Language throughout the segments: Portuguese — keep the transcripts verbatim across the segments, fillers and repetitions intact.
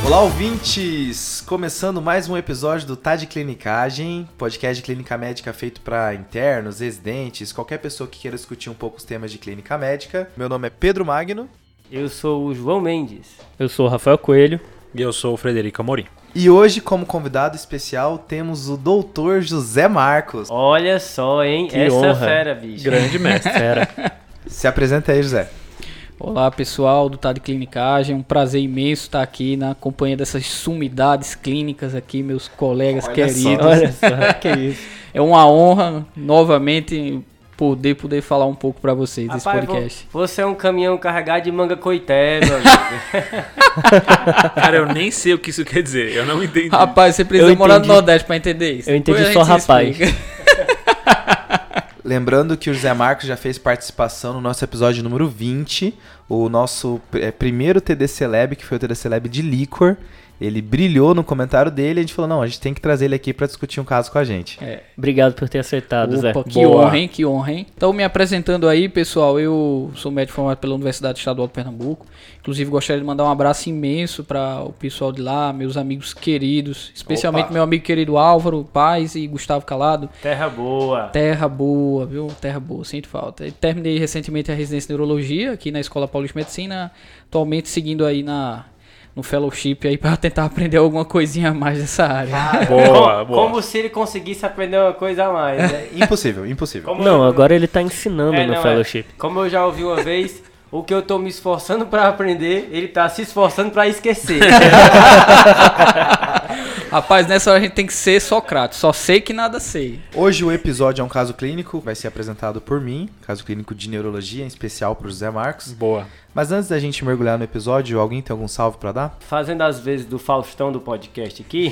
Olá, ouvintes! Começando mais um episódio do Tá de Clinicagem, podcast de clínica médica feito para internos, residentes, qualquer pessoa que queira discutir um pouco os temas de clínica médica. Meu nome é Pedro Magno. Eu sou o João Mendes. Eu sou o Rafael Coelho. E eu sou o Frederico Amorim. E hoje, como convidado especial, temos o doutor José Marcos. Olha só, hein? Que Essa honra. fera, bicho. Grande mestre. Fera. Se apresenta aí, José. Olá pessoal do Tá de Clinicagem, um prazer imenso estar aqui na companhia dessas sumidades clínicas aqui, meus colegas Olha queridos. só. Olha só, que isso. É uma honra novamente poder poder falar um pouco para vocês desse Rapaz, podcast. vo- você é um caminhão carregado de manga coité, meu amigo. Cara, eu nem sei o que isso quer dizer. Eu não entendi. Rapaz, você precisa Eu morar no entendi. Nordeste para entender isso. Eu entendi Depois a só gente se rapaz. explica. Lembrando que o José Marcos já fez participação no nosso episódio número vinte, o nosso é, primeiro T D C Lab, que foi o T D C Lab de Licor. Ele brilhou no comentário dele e a gente falou, não, a gente tem que trazer ele aqui para discutir um caso com a gente. É. Obrigado por ter acertado, Zé. Opa, que Boa. honra, hein? Que honra, hein? Então, me apresentando aí, pessoal, eu sou médico formado pela Universidade Estadual de Pernambuco. Inclusive, gostaria de mandar um abraço imenso para o pessoal de lá, meus amigos queridos, especialmente Opa. meu amigo querido Álvaro Paz e Gustavo Calado. Terra boa. Terra boa, viu? Terra boa, sinto falta. E terminei recentemente a residência de neurologia aqui na Escola Paulista de Medicina, atualmente seguindo aí na... no fellowship aí pra tentar aprender alguma coisinha a mais dessa área. Boa, como, boa. como se ele conseguisse aprender uma coisa a mais, né? Impossível, impossível. Como Não, eu- agora ele tá ensinando É, no não, fellowship. é. Como eu já ouvi uma vez, o que eu tô me esforçando pra aprender, ele tá se esforçando pra esquecer. Rapaz, nessa hora a gente tem que ser Sócrates, só sei que nada sei. Hoje o episódio é um caso clínico, vai ser apresentado por mim, caso clínico de neurologia, em especial pro José Marcos. Boa. Mas antes da gente mergulhar no episódio, alguém tem algum salve pra dar? Fazendo as vezes do Faustão do podcast aqui.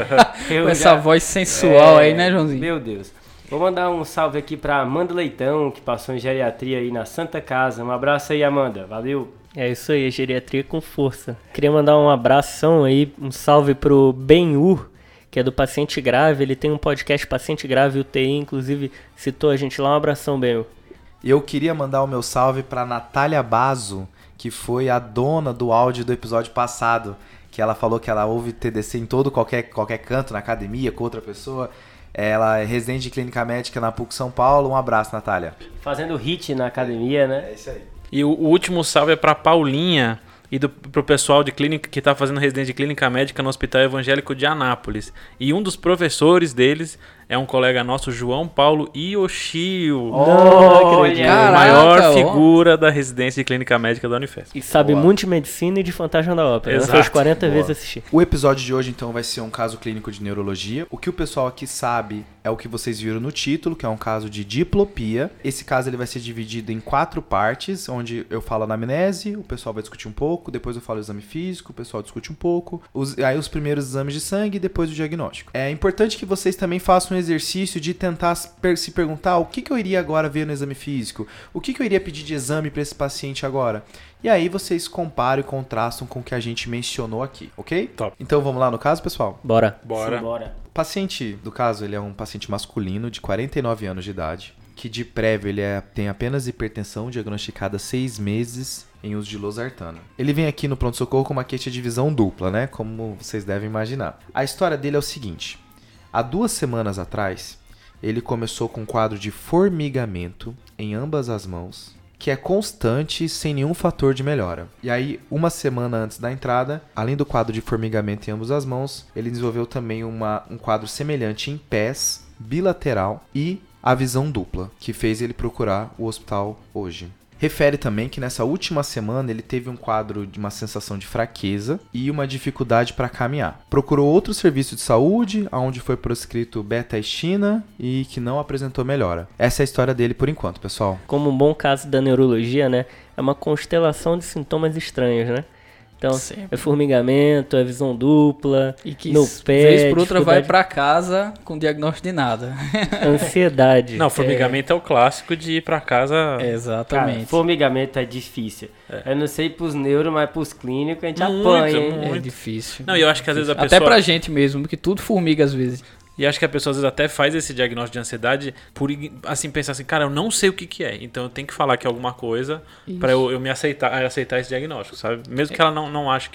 eu Com essa já- voz sensual É, aí, né, Joãozinho? Meu Deus. Vou mandar um salve aqui pra Amanda Leitão, que passou em geriatria aí na Santa Casa. Um abraço aí, Amanda. Valeu. É isso aí, geriatria com força. Queria mandar um abração aí, um salve pro Ben-Hur, que é do Paciente Grave. Ele tem um podcast Paciente Grave U T I, inclusive citou a gente lá. Um abração, Ben-Hur. Eu queria mandar o meu salve pra Natália Bazo, que foi a dona do áudio do episódio passado, que ela falou que ela ouve T D C em todo qualquer, qualquer canto, na academia, com outra pessoa. Ela é residente de clínica médica na P U C São Paulo. Um abraço, Natália. Fazendo hit na academia, né? isso aí. E o, o último salve é pra Paulinha e do, pro pessoal de clínica que tá fazendo residência de clínica médica no Hospital Evangélico de Anápolis. E um dos professores deles é um colega nosso, João Paulo Ioshio. Olha, a Caraca, maior ó. figura da residência de clínica médica da Unifesp. E sabe Boa. muito de medicina e de Fantasma da Ópera. Ela Exato. fez quarenta Boa. vezes assistir. O episódio de hoje, então, vai ser um caso clínico de neurologia. O que o pessoal aqui sabe é o que vocês viram no título, que é um caso de diplopia. Esse caso ele vai ser dividido em quatro partes, onde eu falo a anamnese, o pessoal vai discutir um pouco, depois eu falo o exame físico, o pessoal discute um pouco, os, aí os primeiros exames de sangue e depois o diagnóstico. É importante que vocês também façam um exercício de tentar per- se perguntar o que, que eu iria agora ver no exame físico, o que, que eu iria pedir de exame para esse paciente agora. E aí vocês comparam e contrastam com o que a gente mencionou aqui, ok? Top. Então vamos lá no caso, pessoal? Bora. Bora. Bora. O paciente do caso, ele é um paciente masculino de quarenta e nove anos de idade, que de prévio ele é- tem apenas hipertensão diagnosticada há seis meses em uso de losartana. Ele vem aqui no pronto-socorro com uma queixa de visão dupla, né? Como vocês devem imaginar. A história dele é o seguinte. Há duas semanas atrás, ele começou com um quadro de formigamento em ambas as mãos, que é constante sem nenhum fator de melhora. E aí, uma semana antes da entrada, além do quadro de formigamento em ambas as mãos, ele desenvolveu também uma, um quadro semelhante em pés, bilateral e a visão dupla, que fez ele procurar o hospital hoje. Refere também que nessa última semana ele teve um quadro de uma sensação de fraqueza e uma dificuldade para caminhar. Procurou outro serviço de saúde, onde foi prescrito beta-estina e que não apresentou melhora. Essa é a história dele por enquanto, pessoal. Como um bom caso da neurologia, né? É uma constelação de sintomas estranhos, né? Então, Sempre. é formigamento, é visão dupla, E que no pé, vez por outra vai dificuldade- pra casa com diagnóstico de nada. ansiedade. Não, formigamento é. o clássico de ir pra casa. Cara, Exatamente. formigamento é difícil. Eu não sei pros neuro, mas pros clínicos a gente Muito, apanha, hein? muito. É difícil. Não, e eu acho que às vezes a Até pessoa... pra gente mesmo, porque tudo formiga às vezes. E acho que a pessoa às vezes até faz esse diagnóstico de ansiedade por, ign- assim, pensar assim, cara, eu não sei o que que é, então eu tenho que falar que é alguma coisa Isso. pra eu, eu me aceitar, aceitar esse diagnóstico, sabe? Mesmo que ela não, não ache que é.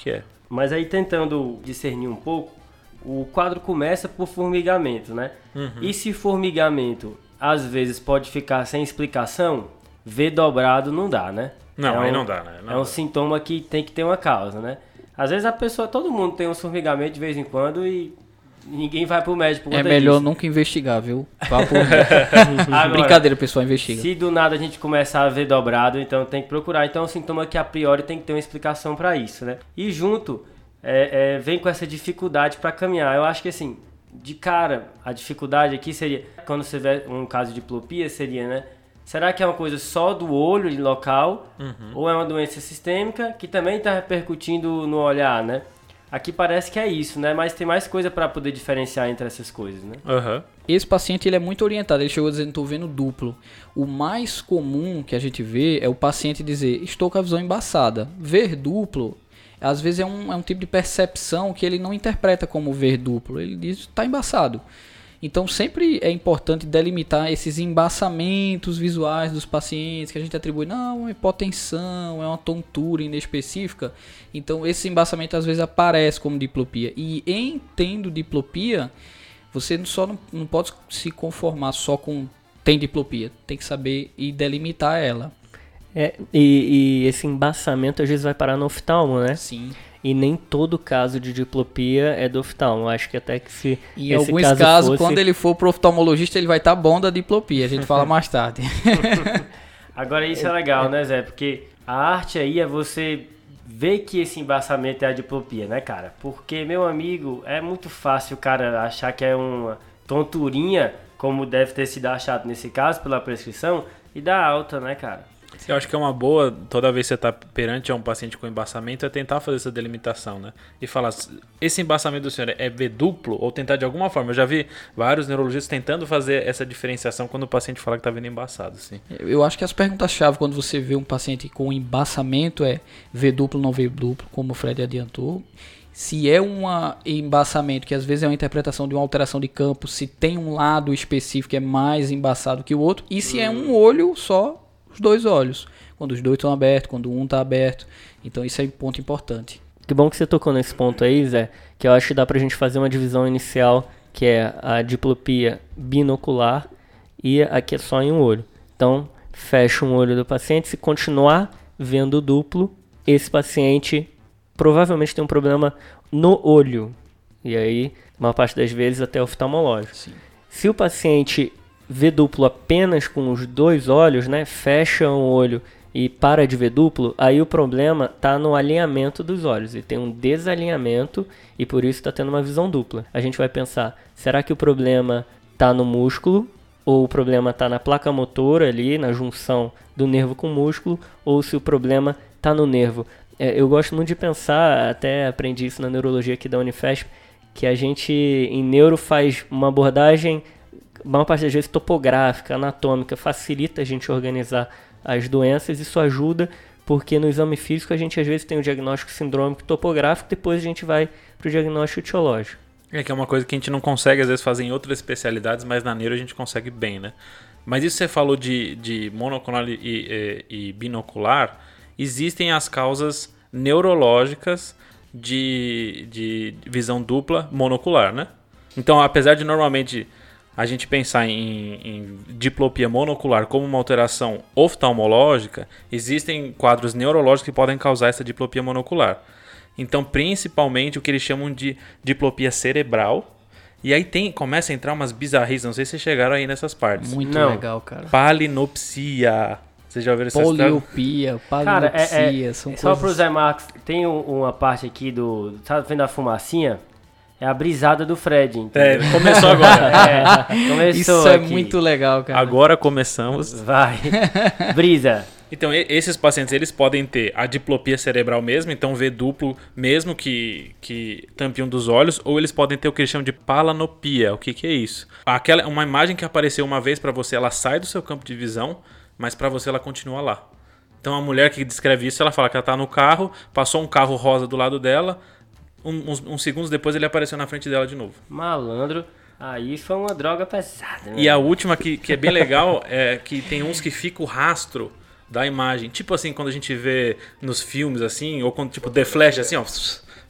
Mas aí tentando discernir um pouco, o quadro começa por formigamento, né? Uhum. E se formigamento às vezes pode ficar sem explicação, V dobrado não dá, né? Não, é aí um, não dá, né? Não é um dá. sintoma que tem que ter uma causa, né? Às vezes a pessoa, todo mundo tem um formigamento de vez em quando e ninguém vai pro médico por É conta melhor disso. nunca investigar, viu? Vá por... Agora, Brincadeira, pessoal, investiga. se do nada a gente começar a ver dobrado, então tem que procurar. Então é um sintoma que a priori tem que ter uma explicação para isso, né? E junto, é, é, vem com essa dificuldade para caminhar. Eu acho que assim, de cara, a dificuldade aqui seria, quando você vê um caso de diplopia, seria, né? Será que é uma coisa só do olho local, uhum. ou é uma doença sistêmica que também está repercutindo no olhar, né? Aqui parece que é isso, né? Mas tem mais coisa para poder diferenciar entre essas coisas, né? Uhum. Esse paciente ele é muito orientado, ele chegou dizendo, estou vendo duplo. O mais comum que a gente vê é o paciente dizer, estou com a visão embaçada. Ver duplo, às vezes é um, é um tipo de percepção que ele não interpreta como ver duplo. Ele diz, está embaçado. Então sempre é importante delimitar esses embaçamentos visuais dos pacientes que a gente atribui, não, é uma hipotensão, é uma tontura inespecífica. Então esse embaçamento às vezes aparece como diplopia. E em tendo diplopia, você só não, não pode se conformar só com tem diplopia, tem que saber e delimitar ela. É, e, e esse embaçamento às vezes vai parar no oftalmo, né? Sim. E nem todo caso de diplopia é do oftalmo. Acho que até que se em esse alguns caso casos, fosse... quando ele for pro oftalmologista, ele vai estar tá bom da diplopia. A gente fala mais tarde. Agora isso é legal, né, Zé? Porque a arte aí é você ver que esse embaçamento é a diplopia, né, cara? Porque, meu amigo, é muito fácil o cara achar que é uma tonturinha, como deve ter sido achado nesse caso pela prescrição, e dar alta, né, cara? Eu acho que é uma boa, toda vez que você está perante a um paciente com embaçamento, é tentar fazer essa delimitação, né? E falar, esse embaçamento do senhor é V duplo? Ou tentar de alguma forma. Eu já vi vários neurologistas tentando fazer essa diferenciação quando o paciente fala que está vendo embaçado, sim. Eu acho que as perguntas-chave quando você vê um paciente com embaçamento é V duplo, não V duplo, como o Fred adiantou. Se é um embaçamento, que às vezes é uma interpretação de uma alteração de campo, se tem um lado específico que é mais embaçado que o outro, e se hum. é um olho só, os dois olhos, quando os dois estão abertos, quando um está aberto. Então isso é um ponto importante. Que bom que você tocou nesse ponto aí, Zé, que eu acho que dá pra gente fazer uma divisão inicial, que é a diplopia binocular, e aqui é só em um olho. Então, fecha um olho do paciente, se continuar vendo duplo, esse paciente provavelmente tem um problema no olho, e aí, uma parte das vezes, até oftalmológico. Sim. Se o paciente vê duplo apenas com os dois olhos, né, fecha um olho e para de ver duplo, aí o problema está no alinhamento dos olhos. Ele tem um desalinhamento e por isso está tendo uma visão dupla. A gente vai pensar, será que o problema está no músculo? Ou o problema está na placa motora ali, na junção do nervo com o músculo? Ou se o problema está no nervo? É, eu gosto muito de pensar, até aprendi isso na neurologia aqui da Unifesp, que a gente em neuro faz uma abordagem, a maior parte das vezes topográfica, anatômica, facilita a gente organizar as doenças. Isso ajuda porque no exame físico a gente às vezes tem o diagnóstico sindrômico topográfico, depois a gente vai para o diagnóstico etiológico. É que é uma coisa que a gente não consegue às vezes fazer em outras especialidades, mas na neuro a gente consegue bem, né? Mas isso você falou de, de monocular e, e, e binocular, existem as causas neurológicas de, de visão dupla monocular, né? Então, apesar de normalmente a gente pensar em, em diplopia monocular como uma alteração oftalmológica, existem quadros neurológicos que podem causar essa diplopia monocular. Então, principalmente o que eles chamam de diplopia cerebral. E aí tem, começa a entrar umas bizarrices, não sei se vocês chegaram aí nessas partes. Muito não. legal, cara. Palinopsia. Vocês já ouviram essa história? Poliopia, palinopsia, cara, é, é, são só coisas... pro Zé Marcos, tem um, uma parte aqui do... Tá vendo a fumacinha? É a brisada do Fred, entendeu? É, começou agora. É, começou Isso é aqui. muito legal, cara. Agora começamos. Vai. Brisa. Então, e- esses pacientes, eles podem ter a diplopia cerebral mesmo, então ver duplo mesmo que, que tampe um dos olhos, ou eles podem ter o que eles chamam de palanopia. O que, que é isso? Aquela, uma imagem que apareceu uma vez para você, ela sai do seu campo de visão, mas para você ela continua lá. Então, a mulher que descreve isso, ela fala que ela tá no carro, passou um carro rosa do lado dela, um, uns, uns segundos depois ele apareceu na frente dela de novo. Malandro. Aí foi uma droga pesada, né? E a última que, que é bem legal é que tem uns que fica o rastro da imagem. Tipo assim, quando a gente vê nos filmes assim, ou quando tipo The Flash assim, ó,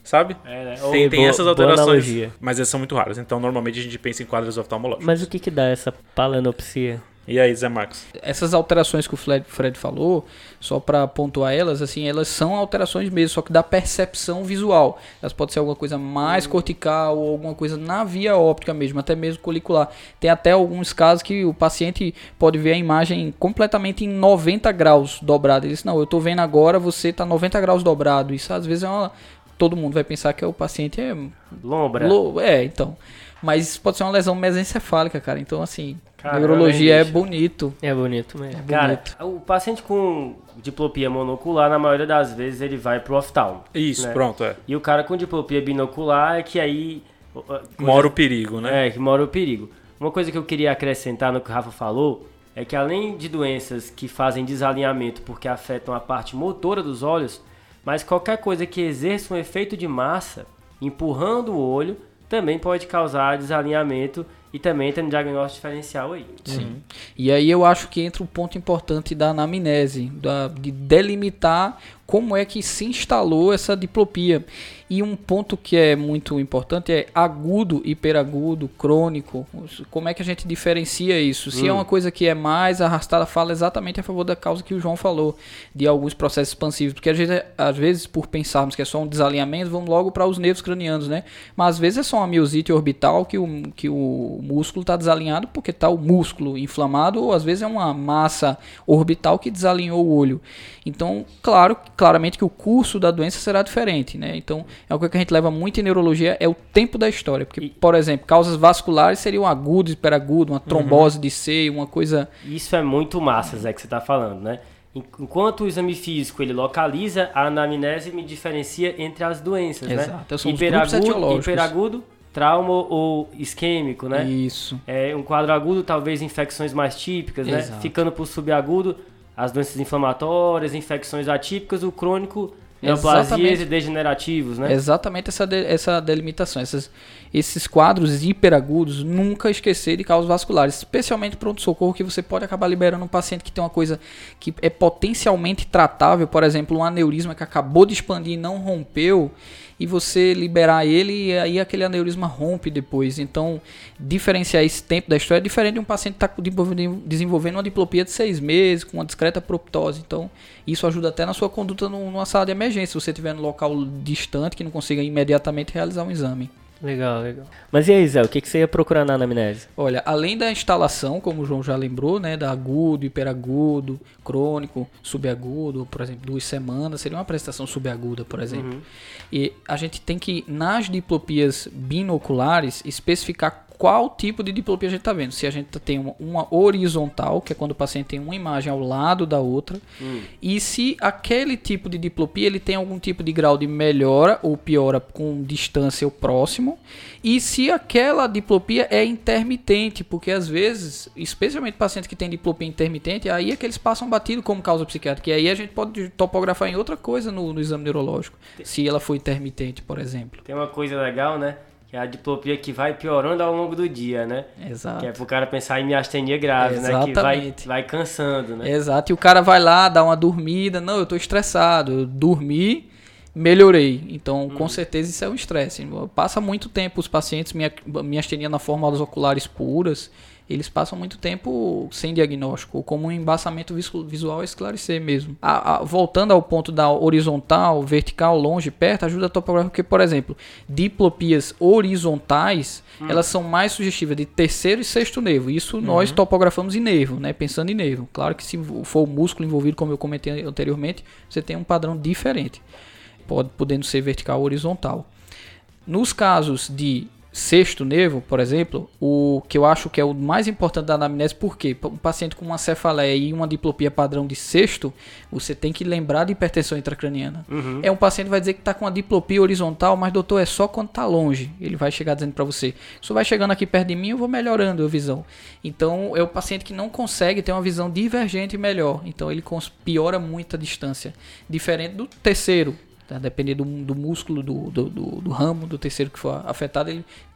sabe? É, né? Tem, Ou- tem boa- essas boa alterações, analogia. mas essas são muito raras. Então, normalmente a gente pensa em quadros oftalmológicos. Mas o que que dá essa palanopsia? E aí, Zé Marcos? Essas alterações que o Fred, Fred falou, só para pontuar elas, assim, elas são alterações mesmo, só que da percepção visual. Elas podem ser alguma coisa mais cortical ou alguma coisa na via óptica mesmo, até mesmo colicular. Tem até alguns casos que o paciente pode ver a imagem completamente em noventa graus dobrado. Ele diz, não, eu tô vendo agora, você tá noventa graus dobrado. Isso às vezes é uma... Todo mundo vai pensar que o paciente é... Lombra. Lo- É, então... Mas isso pode ser uma lesão mesencefálica, cara. Então, assim, Caramba, neurologia é bicho. bonito. É bonito mesmo. Cara, o paciente com diplopia monocular, na maioria das vezes, ele vai pro oftalmo. Isso, né? pronto, é. E o cara com diplopia binocular é que aí... coisa- Mora o perigo, né? É, que mora o perigo. Uma coisa que eu queria acrescentar no que o Rafa falou é que além de doenças que fazem desalinhamento porque afetam a parte motora dos olhos, mas qualquer coisa que exerça um efeito de massa, empurrando o olho, também pode causar desalinhamento e também entra no diagnóstico diferencial aí. Sim. E aí eu acho que entra o ponto importante da anamnese, da, de delimitar como é que se instalou essa diplopia. E um ponto que é muito importante é agudo, hiperagudo, crônico. Como é que a gente diferencia isso? Se Hum. é uma coisa que é mais arrastada, fala exatamente a favor da causa que o João falou, de alguns processos expansivos. Porque às vezes, às vezes por pensarmos que é só um desalinhamento, vamos logo para os nervos cranianos, né? Mas às vezes é só uma miosite orbital que o, que o músculo está desalinhado porque está o músculo inflamado, ou às vezes é uma massa orbital que desalinhou o olho. Então, claro, claramente que o curso da doença será diferente, né? Então, é uma coisa que a gente leva muito em neurologia, é o tempo da história. Porque, por exemplo, causas vasculares seriam agudo, hiperagudo, uma trombose de seio, uma coisa... Isso é muito massa, Zé, que você está falando, né? Enquanto o exame físico ele localiza, a anamnese me diferencia entre as doenças, Exato, né? são os grupos Hiperagudo, etiológicos. hiperagudo, trauma ou isquêmico, né? Isso. É, um quadro agudo, talvez infecções mais típicas, né? Exato. Ficando por subagudo, as doenças inflamatórias, infecções atípicas, o crônico, neoplasias Exatamente. e degenerativos, né? Exatamente essa, de- essa delimitação. Essas, esses quadros hiperagudos, nunca esquecer de causas vasculares, especialmente pronto-socorro, que você pode acabar liberando um paciente que tem uma coisa que é potencialmente tratável, por exemplo, um aneurisma que acabou de expandir e não rompeu, e você liberar ele e aí aquele aneurisma rompe depois. Então, diferenciar esse tempo da história é diferente de um paciente que está desenvolvendo uma diplopia de seis meses, com uma discreta proptose. Então, isso ajuda até na sua conduta no- numa sala de emergência, se você estiver no local distante que não consiga imediatamente realizar um exame. Legal, legal. Mas e aí, Zé, o que que você ia procurar na anamnese? Olha, além da instalação, como o João já lembrou, né, da agudo, hiperagudo, crônico, subagudo, por exemplo, duas semanas, seria uma apresentação subaguda, por exemplo. E a gente tem que, nas diplopias binoculares, especificar qual tipo de diplopia a gente está vendo. Se a gente tem uma, uma horizontal, que é quando o paciente tem uma imagem ao lado da outra, Hum. e se aquele tipo de diplopia ele tem algum tipo de grau de melhora ou piora com distância ou próximo, e se aquela diplopia é intermitente, porque às vezes, especialmente pacientes que têm diplopia intermitente, aí é que eles passam batido como causa psiquiátrica, e aí a gente pode topografar em outra coisa no, no exame neurológico, se ela for intermitente, por exemplo. Tem uma coisa legal, né? Que é a diplopia que vai piorando ao longo do dia, né? Exato. Que é pro cara pensar em miastenia grave, né? Que vai, Exatamente. vai cansando, né? Exato, e o cara vai lá, dá uma dormida, não, eu tô estressado, eu dormi, melhorei. Então, com certeza isso é um estresse. Passa muito tempo os pacientes, minha, miastenia na forma das oculares puras, eles passam muito tempo sem diagnóstico, ou como um embaçamento visu- visual a esclarecer mesmo. A, a, voltando ao ponto da horizontal, vertical, longe, perto, ajuda a topografia, porque, por exemplo, diplopias horizontais, Hum. elas são mais sugestivas de terceiro e sexto nervo. Isso nós topografamos em nervo, né? Pensando em nervo. Claro que se for o músculo envolvido, como eu comentei anteriormente, você tem um padrão diferente, pode podendo ser vertical ou horizontal. Nos casos de sexto nervo, por exemplo, o que eu acho que é o mais importante da anamnese, porque um paciente com uma cefaleia e uma diplopia padrão de sexto, você tem que lembrar de hipertensão intracraniana. Uhum. É um paciente que vai dizer que está com uma diplopia horizontal, mas doutor, é só quando está longe. Ele vai chegar dizendo para você, isso vai chegando aqui perto de mim, eu vou melhorando a visão. Então, é o paciente que não consegue ter uma visão divergente melhor. Então, ele cons- piora muito a distância. Diferente do terceiro, tá? Dependendo do, do músculo, do, do, do, do ramo do terceiro que for afetado, ele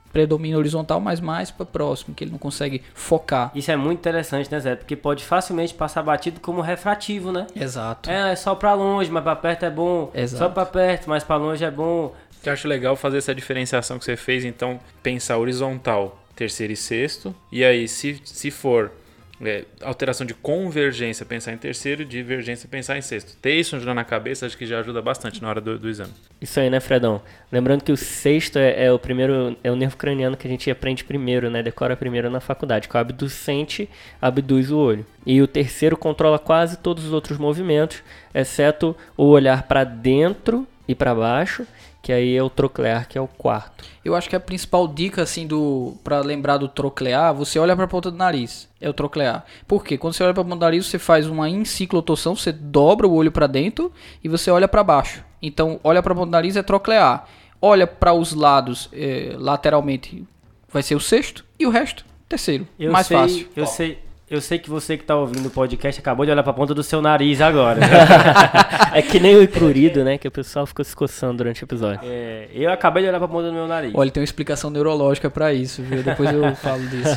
predomina horizontal, mas mais para próximo, que ele não consegue focar. Isso é muito interessante, né, Zé? Porque pode facilmente passar batido como refrativo, né? Exato. É, é só pra longe, mas pra perto é bom. Exato. Só pra perto, mas pra longe é bom. Eu acho legal fazer essa diferenciação que você fez, então pensar horizontal, terceiro e sexto, e aí se, se for é, alteração de convergência, pensar em terceiro, divergência, pensar em sexto. Ter isso já na cabeça acho que já ajuda bastante na hora do, do exame. Isso aí, né, Fredão? Lembrando que o sexto é, é o primeiro, é o nervo craniano que a gente aprende primeiro, né? Decora primeiro na faculdade, que o abducente abduz o olho. E o terceiro controla quase todos os outros movimentos, exceto o olhar para dentro e para baixo, que aí é o troclear, que é o quarto. Eu acho que a principal dica, assim, do para lembrar do troclear, você olha para a ponta do nariz, é o troclear. Por quê? Quando você olha para a ponta do nariz, você faz uma enciclotorção, você dobra o olho para dentro e você olha para baixo. Então, olha para a ponta do nariz é troclear. Olha para os lados, eh, lateralmente, vai ser o sexto e o resto, terceiro. Eu mais sei, fácil. Eu sei, eu sei que você que tá ouvindo o podcast acabou de olhar pra ponta do seu nariz agora. É que nem o icrurido, né? Que o pessoal ficou se coçando durante o episódio. É, eu acabei de olhar pra ponta do meu nariz. Olha, tem uma explicação neurológica para isso, viu? Depois eu falo disso.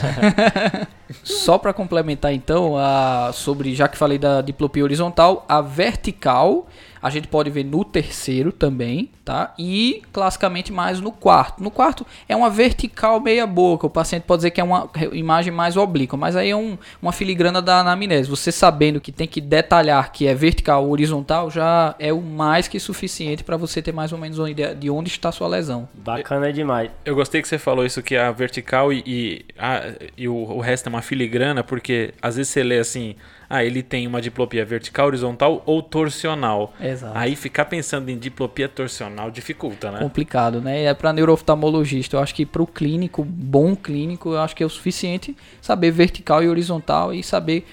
Só para complementar então, a, sobre, já que falei da diplopia horizontal, a vertical a gente pode ver no terceiro também, tá? E classicamente mais no quarto. No quarto é uma vertical meia boca, o paciente pode dizer que é uma imagem mais oblíqua, mas aí é um, uma filigrana da anamnese. Você sabendo que tem que detalhar que é vertical ou horizontal já é o mais que suficiente para você ter mais ou menos uma ideia de onde está a sua lesão. Bacana demais. Eu gostei que você falou isso, que a vertical e, e, a, e o, o resto é uma filigrana, porque às vezes você lê assim, ah, ele tem uma diplopia vertical, horizontal ou torsional. Exato. Aí ficar pensando em diplopia torsional dificulta, né? Complicado, né? É para neurooftalmologista. Eu acho que para o clínico, bom clínico, eu acho que é o suficiente saber vertical e horizontal e saber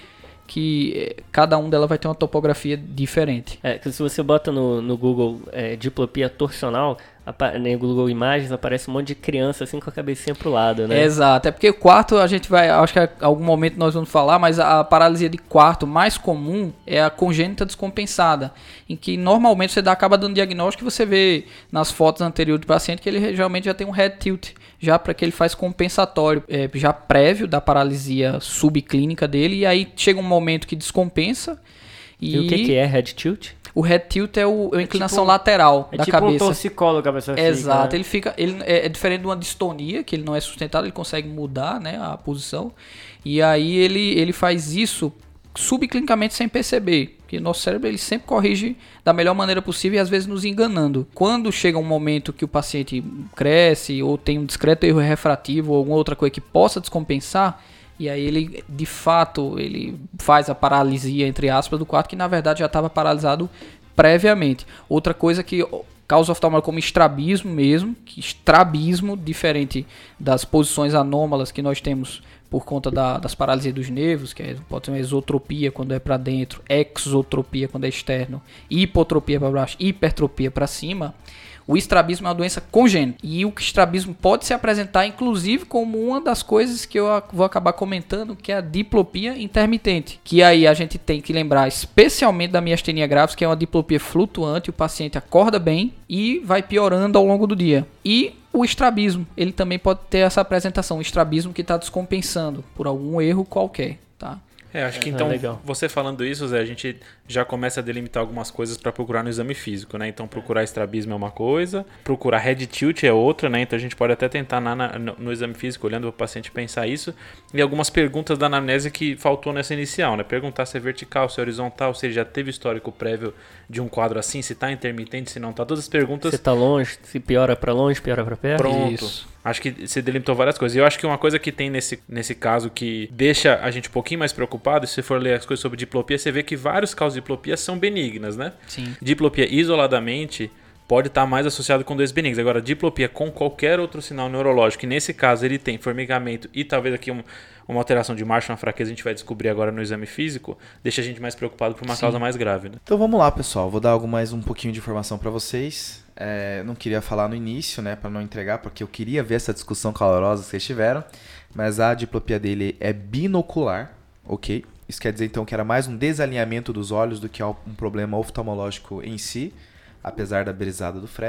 que cada um dela vai ter uma topografia diferente. É, que se você bota no, no Google é, diplopia torsional, no Google Imagens aparece um monte de criança assim com a cabecinha pro lado, né? Exato, é porque o quarto a gente vai, acho que em algum momento nós vamos falar, mas a, a paralisia de quarto mais comum é a congênita descompensada, em que normalmente você dá, acaba dando diagnóstico e você vê nas fotos anteriores do paciente que ele geralmente já tem um head tilt, já para que ele faz compensatório, é, já prévio da paralisia subclínica dele, e aí chega um momento que descompensa. E, e o que, que é head tilt? O head tilt é o, a inclinação é tipo, lateral é da tipo cabeça. Um torcicolo que a pessoa fica. Exato, né? ele fica, ele é, é diferente de uma distonia, que ele não é sustentado, ele consegue mudar, né, a posição. E aí ele, ele faz isso subclinicamente sem perceber, porque nosso cérebro ele sempre corrige da melhor maneira possível e às vezes nos enganando. Quando chega um momento que o paciente cresce ou tem um discreto erro refrativo ou alguma outra coisa que possa descompensar, e aí ele, de fato, ele faz a paralisia, entre aspas, do quarto, que na verdade já estava paralisado previamente. Outra coisa que causa oftalmológica como estrabismo mesmo, que estrabismo, diferente das posições anômalas que nós temos por conta da, das paralisias dos nervos, que é, pode ser uma exotropia quando é para dentro, exotropia quando é externo, hipotropia para baixo, hipertropia para cima. O estrabismo é uma doença congênita e o estrabismo pode se apresentar inclusive como uma das coisas que eu vou acabar comentando, que é a diplopia intermitente, que aí a gente tem que lembrar especialmente da miastenia gravis, que é uma diplopia flutuante, o paciente acorda bem e vai piorando ao longo do dia. E o estrabismo, ele também pode ter essa apresentação, o estrabismo que está descompensando por algum erro qualquer, tá? É, acho que É, então, legal. você falando isso, Zé, a gente já começa a delimitar algumas coisas para procurar no exame físico, né? Então, procurar estrabismo é uma coisa, procurar head tilt é outra, né? Então, a gente pode até tentar na, na, no, no exame físico, olhando o paciente pensar isso, e algumas perguntas da anamnese que faltou nessa inicial, né? Perguntar se é vertical, se é horizontal, se ele já teve histórico prévio de um quadro assim, se tá intermitente, se não tá. Todas as perguntas... Se tá longe, se piora pra longe, piora pra perto. Pronto. Isso. Acho que você delimitou várias coisas. E eu acho que uma coisa que tem nesse, nesse caso que deixa a gente um pouquinho mais preocupado, se você for ler as coisas sobre diplopia, você vê que vários casos de diplopia são benignas, né? Sim. Diplopia isoladamente pode estar mais associado com doenças benignas. Agora, diplopia com qualquer outro sinal neurológico, e nesse caso ele tem formigamento e talvez aqui um, uma alteração de marcha, uma fraqueza, a gente vai descobrir agora no exame físico, deixa a gente mais preocupado por uma Sim. causa mais grave, né? Então vamos lá, pessoal. Vou dar algo mais um pouquinho de informação para vocês. É, não queria falar no início, né, para não entregar, porque eu queria ver essa discussão calorosa que vocês tiveram, mas a diplopia dele é binocular, ok? Isso quer dizer então que era mais um desalinhamento dos olhos do que um problema oftalmológico em si, apesar da brisada do Fred.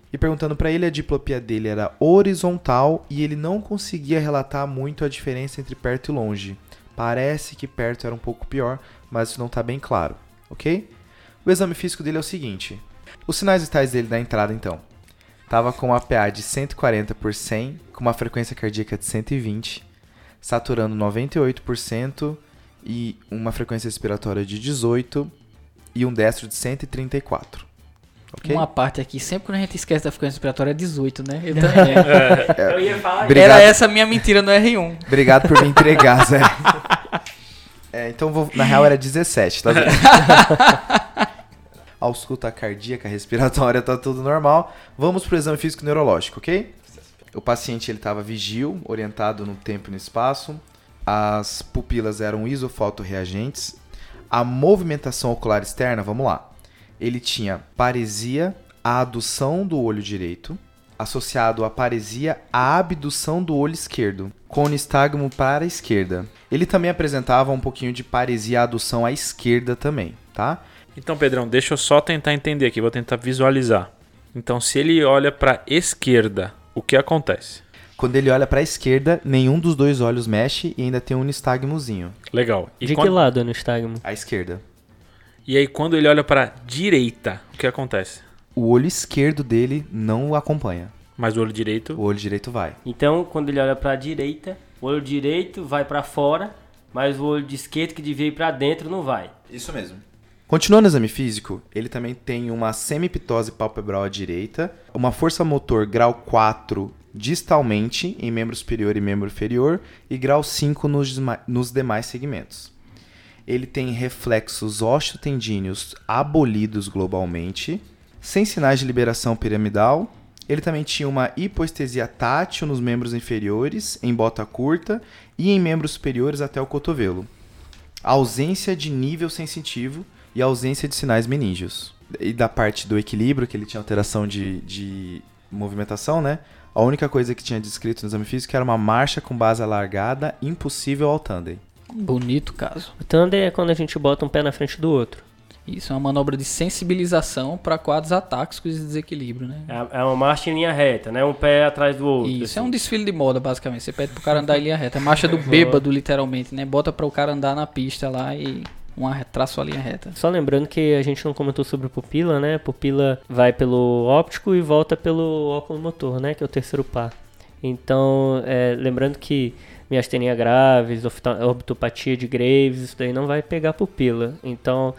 e perguntando para ele, a diplopia dele era horizontal e ele não conseguia relatar muito a diferença entre perto e longe. Parece que perto era um pouco pior, mas isso não está bem claro, ok? O exame físico dele é o seguinte. Os sinais vitais dele da entrada, então. Tava com a P A de cento e quarenta por cem, com uma frequência cardíaca de cento e vinte, saturando noventa e oito por cento e uma frequência respiratória de dezoito e um destro de cento e trinta e quatro. Okay? Uma parte aqui, sempre quando a gente esquece da frequência respiratória é dezoito, né? Eu também. É. Eu ia falar Obrigado. Era essa a minha mentira no R um. Obrigado por me entregar, Zé. É, então, vou, na real, era dezessete, tá vendo? A ausculta cardíaca, respiratória, tá tudo normal. Vamos pro exame físico neurológico, ok? O paciente ele estava vigil, orientado no tempo e no espaço. As pupilas eram isofotorreagentes. A movimentação ocular externa, vamos lá. Ele tinha paresia à adução do olho direito, associado à paresia à abdução do olho esquerdo, com o nistagmo para a esquerda. Ele também apresentava um pouquinho de paresia à adução à esquerda também, tá? Então, Pedrão, deixa eu só tentar entender aqui, vou tentar visualizar. Então, se ele olha para a esquerda, o que acontece? Quando ele olha para a esquerda, nenhum dos dois olhos mexe e ainda tem um nistagmozinho. Legal. E De quando... que lado no nistagmo? À esquerda. E aí, quando ele olha para a direita, o que acontece? O olho esquerdo dele não o acompanha. Mas o olho direito... O olho direito vai. Então, quando ele olha para a direita, o olho direito vai para fora, mas o olho de esquerdo que devia ir para dentro não vai. Isso mesmo. Continuando o exame físico, ele também tem uma semiptose palpebral à direita, uma força motor grau quatro distalmente em membro superior e membro inferior e grau cinco nos, nos demais segmentos. Ele tem reflexos osteotendíneos abolidos globalmente, sem sinais de liberação piramidal. Ele também tinha uma hipoestesia tátil nos membros inferiores, em bota curta, e em membros superiores até o cotovelo. Ausência de nível sensitivo e ausência de sinais meníngeos. E da parte do equilíbrio, que ele tinha alteração de, de movimentação, né? A única coisa que tinha descrito no exame físico era uma marcha com base alargada impossível ao tandem. Bonito caso. O tandem é quando a gente bota um pé na frente do outro. Isso é uma manobra de sensibilização para quadros atáxicos e desequilíbrio, né? É uma marcha em linha reta, né? Um pé atrás do outro. Isso, assim. é um desfile de moda, basicamente. Você pede pro cara andar em linha reta. É marcha do bêbado, literalmente, né? Bota para o cara andar na pista lá e uma, traça a linha reta. Só lembrando que a gente não comentou sobre pupila, né? Pupila vai pelo óptico e volta pelo óculo motor, né? Que é o terceiro par. Então, é, lembrando que miastenia graves, orbitopatia de Graves, isso daí não vai pegar pupila. Então,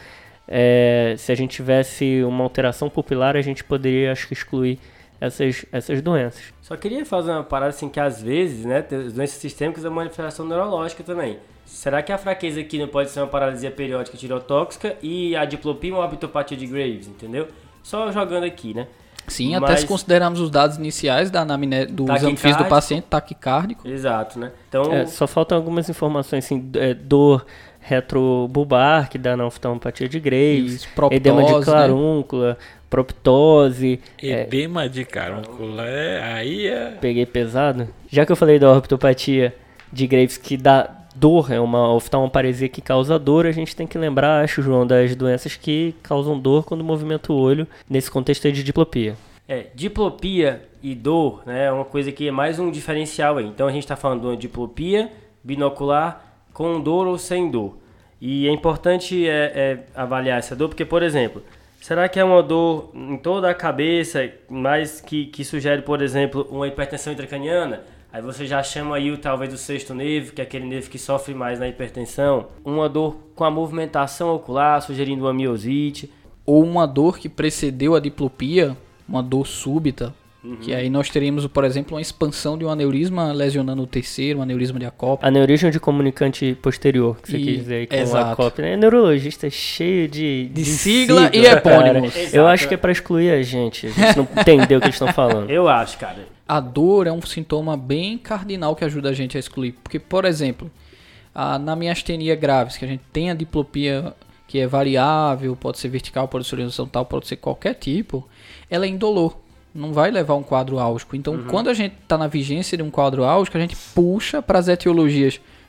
é, se a gente tivesse uma alteração pupilar, a gente poderia, acho que, excluir essas, essas doenças. Só queria fazer uma parada assim que às vezes, né, as doenças sistêmicas é uma manifestação neurológica também. Será que a fraqueza aqui não pode ser uma paralisia periódica tireotóxica e a diplopia uma orbitopatia de Graves, entendeu? Só jogando aqui, né? Sim, Mas... até se considerarmos os dados iniciais da anamne... do exame físico do paciente, taquicárdico. Exato, né? Então... É, só faltam algumas informações, assim, é, dor retrobulbar, que dá na oftalmopatia de Graves, Isso, proptose, edema de clarúncula, né? Proptose. Edema é... de carúncula, é... aí é... Peguei pesado. Já que eu falei da orbitopatia de Graves, que dá dor, é uma oftalmoparesia que causa dor, a gente tem que lembrar, acho, João, das doenças que causam dor quando movimenta o olho, nesse contexto aí de diplopia. É, diplopia e dor, né, é uma coisa que é mais um diferencial aí. Então a gente está falando de uma diplopia binocular com dor ou sem dor. E é importante é, é, avaliar essa dor, porque, por exemplo, será que é uma dor em toda a cabeça, mas que, que sugere, por exemplo, uma hipertensão intracraniana? Aí você já chama aí talvez o sexto nervo, que é aquele nervo que sofre mais na hipertensão. Uma dor com a movimentação ocular, sugerindo uma miosite. Ou uma dor que precedeu a diplopia, uma dor súbita. Uhum. Que aí nós teríamos, por exemplo, uma expansão de um aneurisma lesionando o terceiro, um aneurisma de acópio. Aneurisma de comunicante posterior, que você e, quis dizer aí com exato. acópio, né? Neurologista é cheio de, de, de sigla, sigla e epônimos. Eu acho que é pra excluir a gente. A gente não entendeu o que eles estão falando. Eu acho, cara. A dor é um sintoma bem cardinal que ajuda a gente a excluir. Porque, por exemplo, a, na miastenia graves, que a gente tem a diplopia que é variável, pode ser vertical, pode ser horizontal, pode ser qualquer tipo, ela é indolor. Não vai levar a um quadro álgico. Então, uhum. quando a gente está na vigência de um quadro álgico, a gente puxa para as etiologias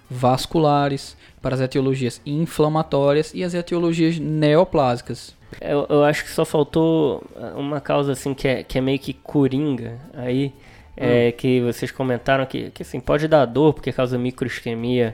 vasculares, para as etiologias inflamatórias e as etiologias neoplásicas. Eu, eu acho que só faltou uma causa assim que é, que é meio que coringa aí, é, hum. que vocês comentaram que, que assim, pode dar dor porque causa microisquemia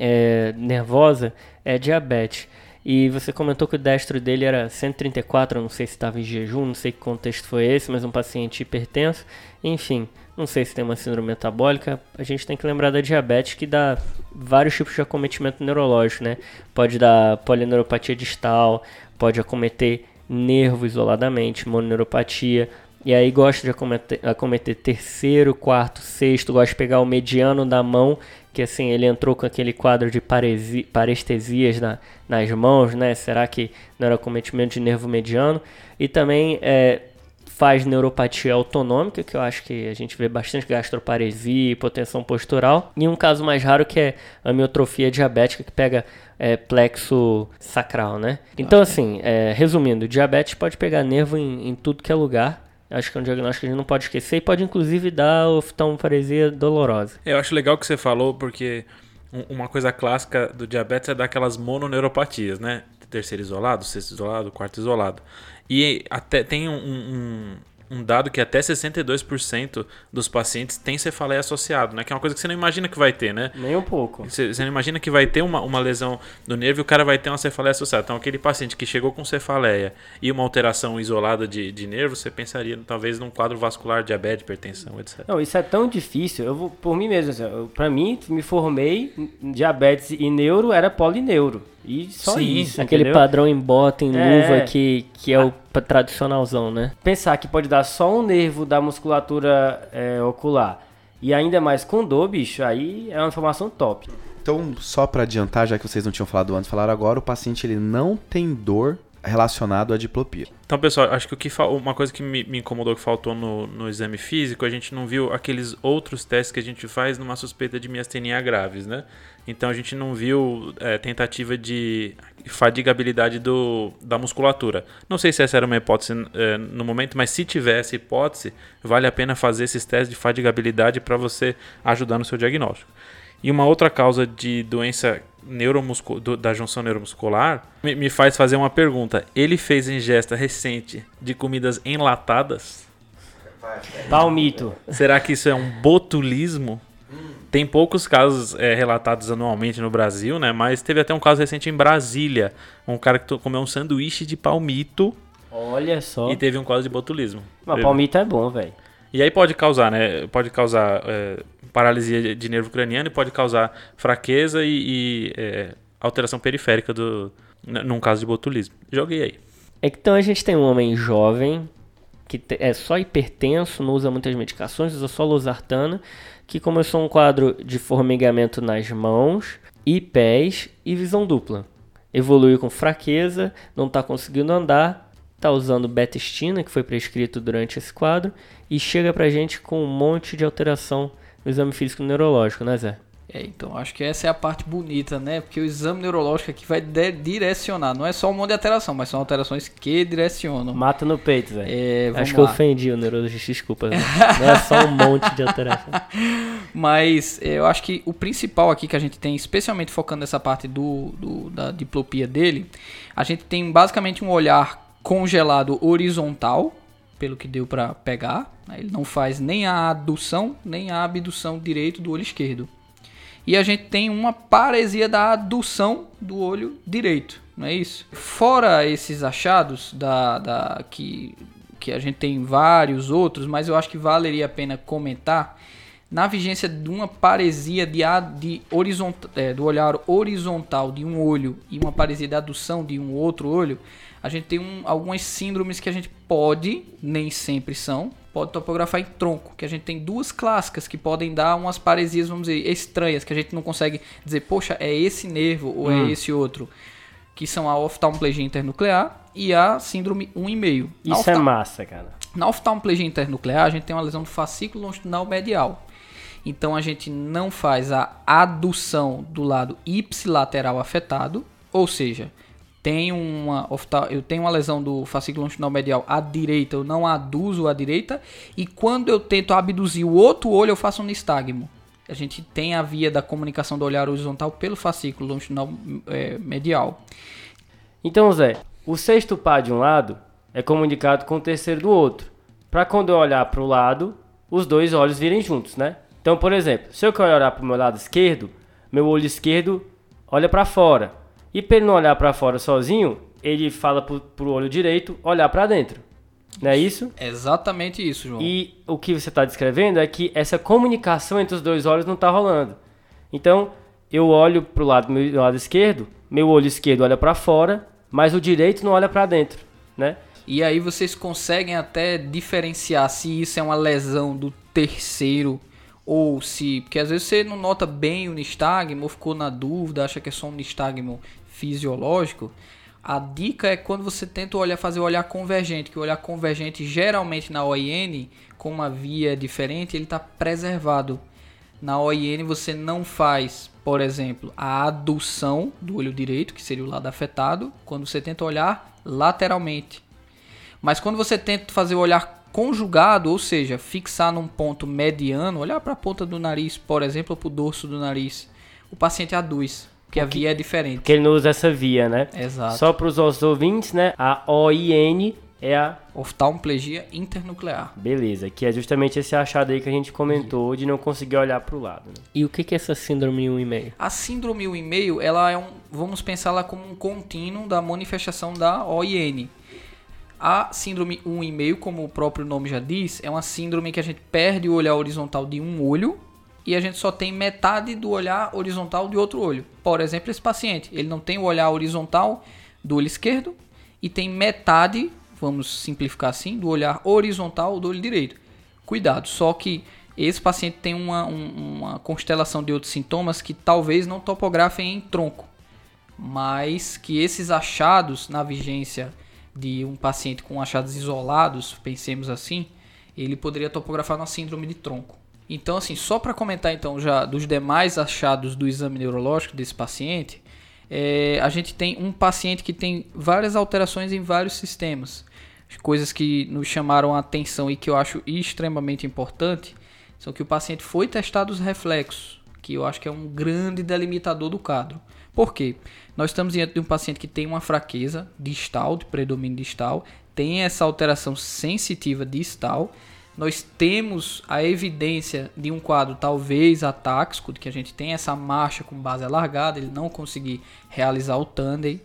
é, nervosa, é diabetes. E você comentou que o destro dele era cento e trinta e quatro, eu não sei se estava em jejum, não sei que contexto foi esse, mas um paciente hipertenso. Enfim, não sei se tem uma síndrome metabólica. A gente tem que lembrar da diabetes, que dá vários tipos de acometimento neurológico, né? Pode dar polineuropatia distal, pode acometer nervo isoladamente, mononeuropatia. E aí gosta de acometer, acometer terceiro, quarto, sexto, gosta de pegar o mediano da mão, que assim, ele entrou com aquele quadro de paresi, parestesias na, nas mãos, né? Será que não era acometimento de nervo mediano? E também é, faz neuropatia autonômica, que eu acho que a gente vê bastante gastroparesia, hipotensão postural. E um caso mais raro que é a amiotrofia diabética, que pega é, plexo sacral, né? Então assim, é, resumindo, diabetes pode pegar nervo em, em tudo que é lugar. Acho que é um diagnóstico que a gente não pode esquecer e pode inclusive dar oftalmoparesia dolorosa. Eu acho legal o que você falou, porque uma coisa clássica do diabetes é dar aquelas mononeuropatias, né? Terceiro isolado, sexto isolado, quarto isolado. E até tem um, um, um dado que até sessenta e dois por cento dos pacientes tem cefaleia associado, né? Que é uma coisa que você não imagina que vai ter, né? Nem um pouco. Você, você não imagina que vai ter uma, uma lesão do nervo e o cara vai ter uma cefaleia associada. Então, aquele paciente que chegou com cefaleia e uma alteração isolada de, de nervo, você pensaria talvez num quadro vascular, diabetes, hipertensão, etcétera. Não, isso é tão difícil. Eu vou, por mim mesmo, assim, eu, pra mim, me formei em diabetes e neuro, era polineuro. E só Sim, isso, aquele entendeu? padrão em bota, em É. luva, que, que é o tradicionalzão, né? Pensar que pode dar só um nervo da musculatura é, ocular e ainda mais com dor, bicho, aí é uma informação top. Então, só para adiantar, já que vocês não tinham falado antes, falaram agora, o paciente ele não tem dor relacionado à diplopia. Então, pessoal, acho que o que fa... uma coisa que me, me incomodou que faltou no, no exame físico, a gente não viu aqueles outros testes que a gente faz numa suspeita de miastenia graves, né? Então, a gente não viu é, tentativa de fadigabilidade do, da musculatura. Não sei se essa era uma hipótese é, no momento, mas se tivesse hipótese, vale a pena fazer esses testes de fadigabilidade para você ajudar no seu diagnóstico. E uma outra causa de doença neuromuscul- do, da junção neuromuscular me, me faz fazer uma pergunta. Ele fez ingesta recente de comidas enlatadas? Palmito. Será que isso é um botulismo? Tem poucos casos é, relatados anualmente no Brasil, né? Mas teve até um caso recente em Brasília. Um cara que comeu um sanduíche de palmito. Olha só. E teve um quadro de botulismo. Mas Teve. palmito é bom, velho. E aí pode causar, né? Pode causar é, paralisia de nervo craniano e pode causar fraqueza e, e é, alteração periférica do, n- num caso de botulismo. Joguei aí. É que então a gente tem um homem jovem, que te- é só hipertenso, não usa muitas medicações, usa só losartana, que começou um quadro de formigamento nas mãos e pés e visão dupla. Evoluiu com fraqueza, não está conseguindo andar, está usando betestina, que foi prescrito durante esse quadro, e chega pra gente com um monte de alteração no exame físico neurológico, né, Zé? É, então, acho que essa é a parte bonita, né? Porque o exame neurológico aqui vai de- direcionar. Não é só um monte de alteração, mas são alterações que direcionam. Mata no peito, velho. É, vamos Acho que eu lá. ofendi o neurologista, desculpa. Zé. Não é só um monte de alteração. Mas eu acho que o principal aqui que a gente tem, especialmente focando nessa parte do, do- da diplopia dele, a gente tem basicamente um olhar congelado horizontal, pelo que deu pra pegar. Né? Ele não faz nem a adução, nem a abdução direito do olho esquerdo. E a gente tem uma paresia da adução do olho direito, não é isso? Fora esses achados da, da, que, que a gente tem vários outros, mas eu acho que valeria a pena comentar na vigência de uma paresia de, a- de horizontal, é, do olhar horizontal de um olho e uma paresia da adução de um outro olho. A gente tem um, algumas síndromes que a gente pode, nem sempre são, pode topografar em tronco, que a gente tem duas clássicas que podem dar umas paresias, vamos dizer, estranhas, que a gente não consegue dizer, poxa, é esse nervo ou Hum. é esse outro, que são a oftalmoplegia internuclear e a síndrome um e meio. Na Isso é oftal- massa, cara. Na oftalmoplegia internuclear, a gente tem uma lesão do fascículo longitudinal medial. Então a gente não faz a adução do lado ipsilateral afetado, ou seja, tem uma oftal- eu tenho uma lesão do fascículo longitudinal medial à direita, eu não aduzo à direita, e quando eu tento abduzir o outro olho, eu faço um nistagmo. a gente tem a via da comunicação do olhar horizontal pelo fascículo longitudinal é, medial. Então, Zé, o sexto par de um lado é comunicado com o terceiro do outro, para quando eu olhar para o lado, os dois olhos virem juntos, né? Então, por exemplo, se eu quero olhar para o meu lado esquerdo, meu olho esquerdo olha para fora. E para ele não olhar para fora sozinho, ele fala para o olho direito olhar para dentro. Não é isso? É exatamente isso, João. E o que você está descrevendo é que essa comunicação entre os dois olhos não está rolando. Então, eu olho para o lado, meu lado esquerdo, meu olho esquerdo olha para fora, mas o direito não olha para dentro, né? E aí vocês conseguem até diferenciar se isso é uma lesão do terceiro ou se... Porque às vezes você não nota bem o nistagmo ou ficou na dúvida, acha que é só um nistagmo fisiológico. A dica é quando você tenta olhar, fazer o olhar convergente, que o olhar convergente geralmente na O I N, com uma via diferente, ele está preservado. Na O I N você não faz, por exemplo, a adução do olho direito, que seria o lado afetado, quando você tenta olhar lateralmente. Mas quando você tenta fazer o olhar conjugado, ou seja, fixar num ponto mediano, olhar para a ponta do nariz, por exemplo, ou para o dorso do nariz, o paciente aduz, porque a via é diferente. Porque ele não usa essa via, né? Exato. Só para os nossos ouvintes, né? A O I N é a... oftalmoplegia internuclear. Beleza, que é justamente esse achado aí que a gente comentou de não conseguir olhar para o lado. Né? E o que que é essa síndrome um e meio? A síndrome um e meio, ela é um, vamos pensá-la como um contínuo da manifestação da O I N. A síndrome um e meio, como o próprio nome já diz, é uma síndrome que a gente perde o olhar horizontal de um olho e a gente só tem metade do olhar horizontal de outro olho. Por exemplo, esse paciente, ele não tem o olhar horizontal do olho esquerdo e tem metade, vamos simplificar assim, do olhar horizontal do olho direito. Cuidado, só que esse paciente tem uma, um, uma constelação de outros sintomas que talvez não topografem em tronco, mas que esses achados na vigência de um paciente com achados isolados, pensemos assim, ele poderia topografar na síndrome de tronco. Então, assim, só para comentar então já dos demais achados do exame neurológico desse paciente, é, a gente tem um paciente que tem várias alterações em vários sistemas. Coisas que nos chamaram a atenção e que eu acho extremamente importante são que o paciente foi testado os reflexos, que eu acho que é um grande delimitador do quadro. Por quê? Nós estamos diante de um paciente que tem uma fraqueza distal, de predomínio distal, tem essa alteração sensitiva distal. Nós temos a evidência de um quadro talvez atáxico, de que a gente tem essa marcha com base alargada, ele não conseguir realizar o tandem.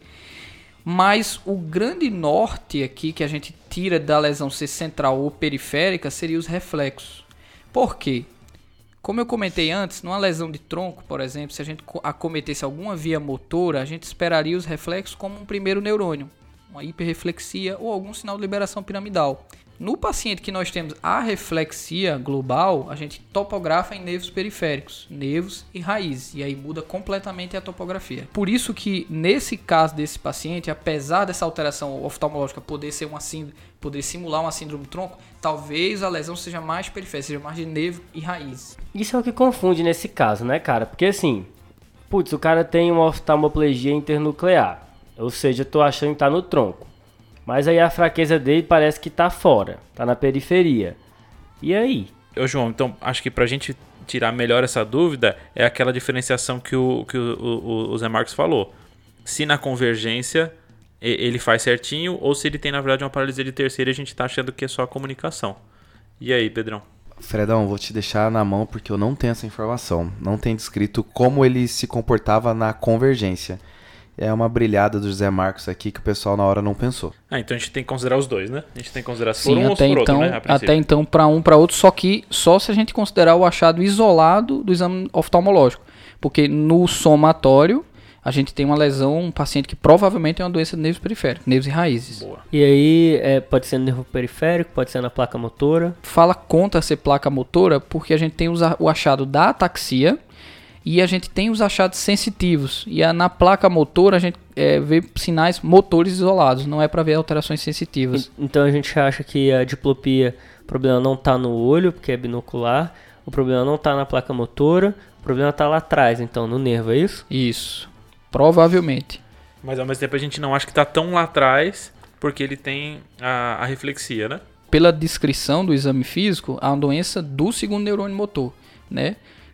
Mas o grande norte aqui que a gente tira da lesão ser central ou periférica seria os reflexos. Por quê? Como eu comentei antes, numa lesão de tronco, por exemplo, se a gente acometesse alguma via motora, a gente esperaria os reflexos como um primeiro neurônio, uma hiperreflexia ou algum sinal de liberação piramidal. No paciente que nós temos a reflexia global, a gente topografa em nervos periféricos, nervos e raízes, e aí muda completamente a topografia. Por isso que nesse caso desse paciente, apesar dessa alteração oftalmológica poder ser uma síndrome, poder simular uma síndrome do tronco, talvez a lesão seja mais periférica, seja mais de nervo e raízes. Isso é o que confunde nesse caso, né, cara? Porque assim, putz, o cara tem uma oftalmoplegia internuclear, ou seja, eu tô achando que tá no tronco. Mas aí a fraqueza dele parece que tá fora, tá na periferia. E aí? Ô João, então acho que pra gente tirar melhor essa dúvida é aquela diferenciação que o, que o, o, o Zé Marcos falou. Se na convergência ele faz certinho ou se ele tem na verdade uma paralisia de terceira e a gente tá achando que é só a comunicação. E aí, Pedrão? Fredão, vou te deixar na mão porque eu não tenho essa informação. Não tem descrito como ele se comportava na convergência. É uma brilhada do Zé Marcos aqui que o pessoal na hora não pensou. Ah, então a gente tem que considerar os dois, né? A gente tem que considerar se Sim, for um ou até se for então, outro, né? A princípio. até então para um, para outro, só que só se a gente considerar o achado isolado do exame oftalmológico. Porque no somatório, a gente tem uma lesão, um paciente que provavelmente tem uma doença de nervos periféricos, nervos e raízes. Boa. E aí, é, pode ser no nervo periférico, pode ser na placa motora. Fala contra ser placa motora porque a gente tem os, o achado da ataxia e a gente tem os achados sensitivos. E a, na placa motora a gente é, vê sinais motores isolados, não é para ver alterações sensitivas. E, então a gente acha que a diplopia, o problema não está no olho, porque é binocular, o problema não está na placa motora, o problema está lá atrás, então, no nervo, é isso? Isso, provavelmente. Mas ao mesmo tempo a gente não acha que está tão lá atrás, porque ele tem a, a reflexia, né? Pela descrição do exame físico, há uma doença do segundo neurônio motor, né?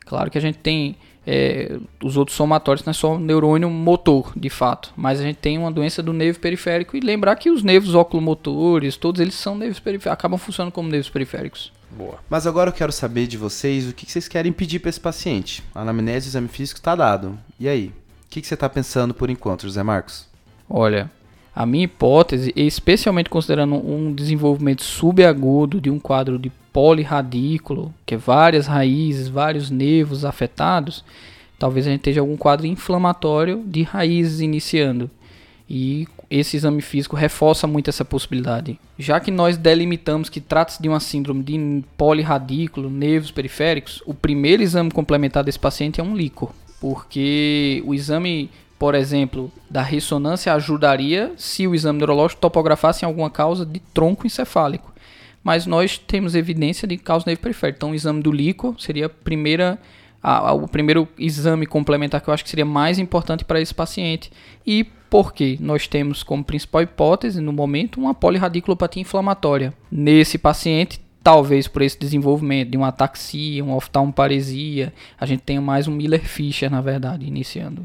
Claro que a gente tem é, os outros somatórios, não é só neurônio motor, de fato, mas a gente tem uma doença do nervo periférico e lembrar que os nervos oculomotores, todos eles são nervos periféricos, acabam funcionando como nervos periféricos. Boa. Mas agora eu quero saber de vocês o que vocês querem pedir para esse paciente. A anamnese e o exame físico está dado. E aí? O que você está pensando por enquanto, José Marcos? Olha, a minha hipótese, especialmente considerando um desenvolvimento subagudo de um quadro de polirradículo, que é várias raízes, vários nervos afetados, talvez a gente esteja algum quadro inflamatório de raízes iniciando. E esse exame físico reforça muito essa possibilidade. Já que nós delimitamos que trata-se de uma síndrome de polirradículo, nervos periféricos, o primeiro exame complementar desse paciente é um líquor, porque o exame, por exemplo, da ressonância ajudaria se o exame neurológico topografasse em alguma causa de tronco encefálico. Mas nós temos evidência de causa nervo periférico. Então o exame do líquor seria a primeira, a, a, o primeiro exame complementar que eu acho que seria mais importante para esse paciente. E por quê? Nós temos como principal hipótese, no momento, uma polirradiculopatia inflamatória. Nesse paciente, talvez por esse desenvolvimento de uma ataxia, uma oftalmoparesia, a gente tenha mais um Miller-Fisher, na verdade, iniciando.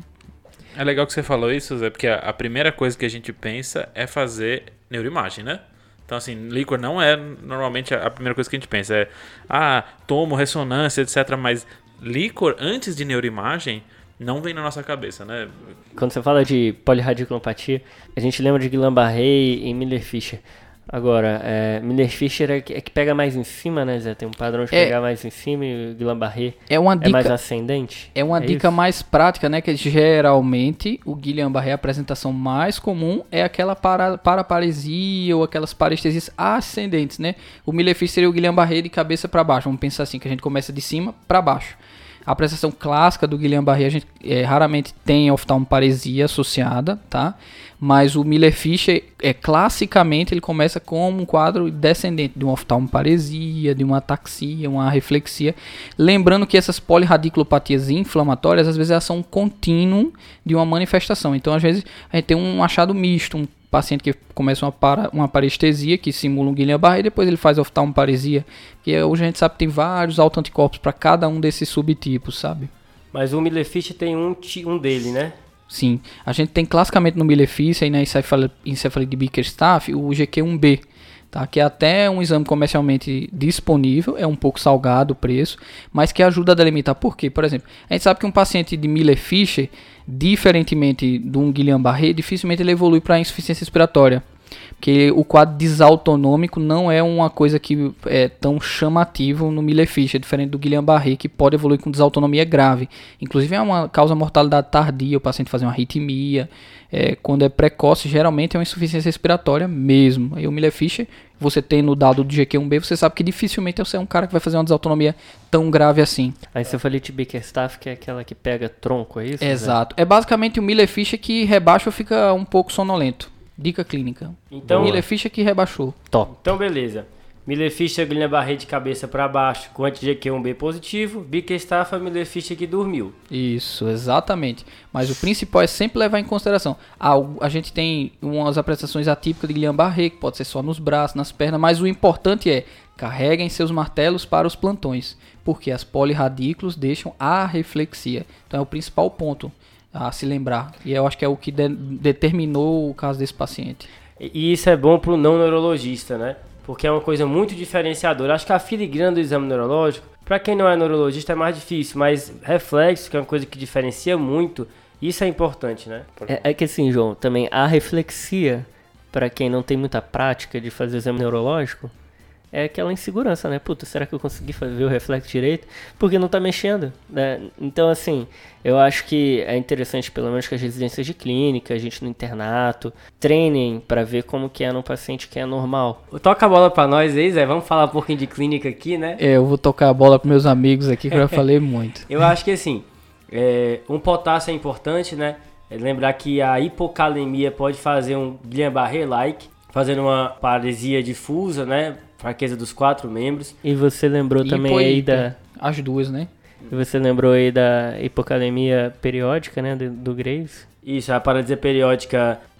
É legal que você falou isso, Zé, porque a, a primeira coisa que a gente pensa é fazer neuroimagem, né? Então, assim, líquor não é normalmente a, a primeira coisa que a gente pensa. É, ah, tomo, ressonância, etcétera. Mas líquor antes de neuroimagem não vem na nossa cabeça, né? Quando você fala de polirradiculopatia, a gente lembra de Guillain-Barré e Miller-Fisher. Agora, é, Miller-Fisher é que, é que pega mais em cima, né, Zé? Tem um padrão de É. pegar mais em cima e o Guillain-Barré É uma é dica, mais ascendente. é uma É dica isso? mais prática, né? Que geralmente o Guillain-Barré, a apresentação mais comum é aquela para, paraparesia ou aquelas parestesias ascendentes, né? O Miller-Fisher seria o Guillain-Barré de cabeça para baixo. Vamos pensar assim, que a gente começa de cima para baixo. A apresentação clássica do Guillain-Barré, a gente é, raramente tem oftalmoparesia associada, tá? Mas o Miller-Fisher, é, classicamente, ele começa como um quadro descendente de uma oftalmoparesia, de uma ataxia, uma reflexia. Lembrando que essas polirradiculopatias inflamatórias, às vezes, elas são um contínuo de uma manifestação. Então, às vezes, a gente tem um achado misto, um paciente que começa uma, para, uma parestesia, que simula um Guillain-Barré, e depois ele faz oftalmoparesia. Que hoje a gente sabe que tem vários autoanticorpos para cada um desses subtipos, sabe? Mas o Miller-Fisher tem um, ti- um dele, né? Sim, a gente tem classicamente no Miller-Fisher e na encefalite encefalite de Bickerstaff o G Q um B, tá? Que é até um exame comercialmente disponível, é um pouco salgado o preço, mas que ajuda a delimitar. Por quê? Por exemplo, a gente sabe que um paciente de Miller-Fisher, diferentemente de um Guillain-Barré, dificilmente ele evolui para insuficiência respiratória. Porque o quadro desautonômico não é uma coisa que é tão chamativo no Miller-Fisher, diferente do Guillain-Barré, que pode evoluir com desautonomia grave. Inclusive é uma causa mortalidade tardia, o paciente fazer uma arritmia. É, quando é precoce, geralmente é uma insuficiência respiratória mesmo. Aí o Miller-Fisher, você tem no dado do G Q um B, você sabe que dificilmente você é um cara que vai fazer uma desautonomia tão grave assim. A encefalite Bickerstaff, que é aquela que pega tronco, é isso? Zé? Exato. É basicamente o Miller-Fisher que rebaixa ou fica um pouco sonolento. Dica clínica. Então, O Miller-Fisher que rebaixou. Top. então beleza. Miller-Fisher, Guillain-Barré de cabeça para baixo com anti-G Q um B positivo. Bickerstaff, Miller-Fisher que dormiu. Isso, exatamente. Mas o principal é sempre levar em consideração. Ah, o- a gente tem umas apresentações atípicas de Guillain-Barré, que pode ser só nos braços, nas pernas, mas o importante é carreguem seus martelos para os plantões, porque as polirradículos deixam a reflexia. Então é o principal ponto a se lembrar. E eu acho que é o que de- determinou o caso desse paciente. E e isso é bom para o não neurologista, né? Porque é uma coisa muito diferenciadora. Acho que a filigrana do exame neurológico, para quem não é neurologista, é mais difícil, mas reflexo, que é uma coisa que diferencia muito, isso é importante, né? É, é que assim, João, também a reflexia, para quem não tem muita prática de fazer exame neurológico, é aquela insegurança, né? Puta, será que eu consegui fazer o reflexo direito? Porque não tá mexendo, né? Então, assim, eu acho que é interessante, pelo menos, que as residências de clínica, a gente no internato, treinem para ver como que é num paciente que é normal. Toca a bola para nós aí, Zé. Vamos falar um pouquinho de clínica aqui, né? É, eu vou tocar a bola para meus amigos aqui, que eu já falei muito. Eu acho que assim, é, um potássio é importante, né? É lembrar que a hipocalemia pode fazer um Guillain-Barré-like, fazendo uma paresia difusa, né? Fraqueza dos quatro membros. E você lembrou também aí da... As duas, né? E você lembrou aí da hipocalemia periódica, né, do, do Graves? Isso, a paralisia periódica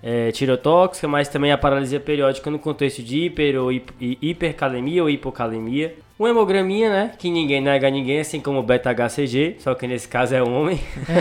é, tirotóxica, mas também a paralisia periódica no contexto de hiper ou hip, hipercalemia ou hipocalemia. Uma hemograminha, né, que ninguém nega a ninguém, assim como o beta-H C G, só que nesse caso é homem.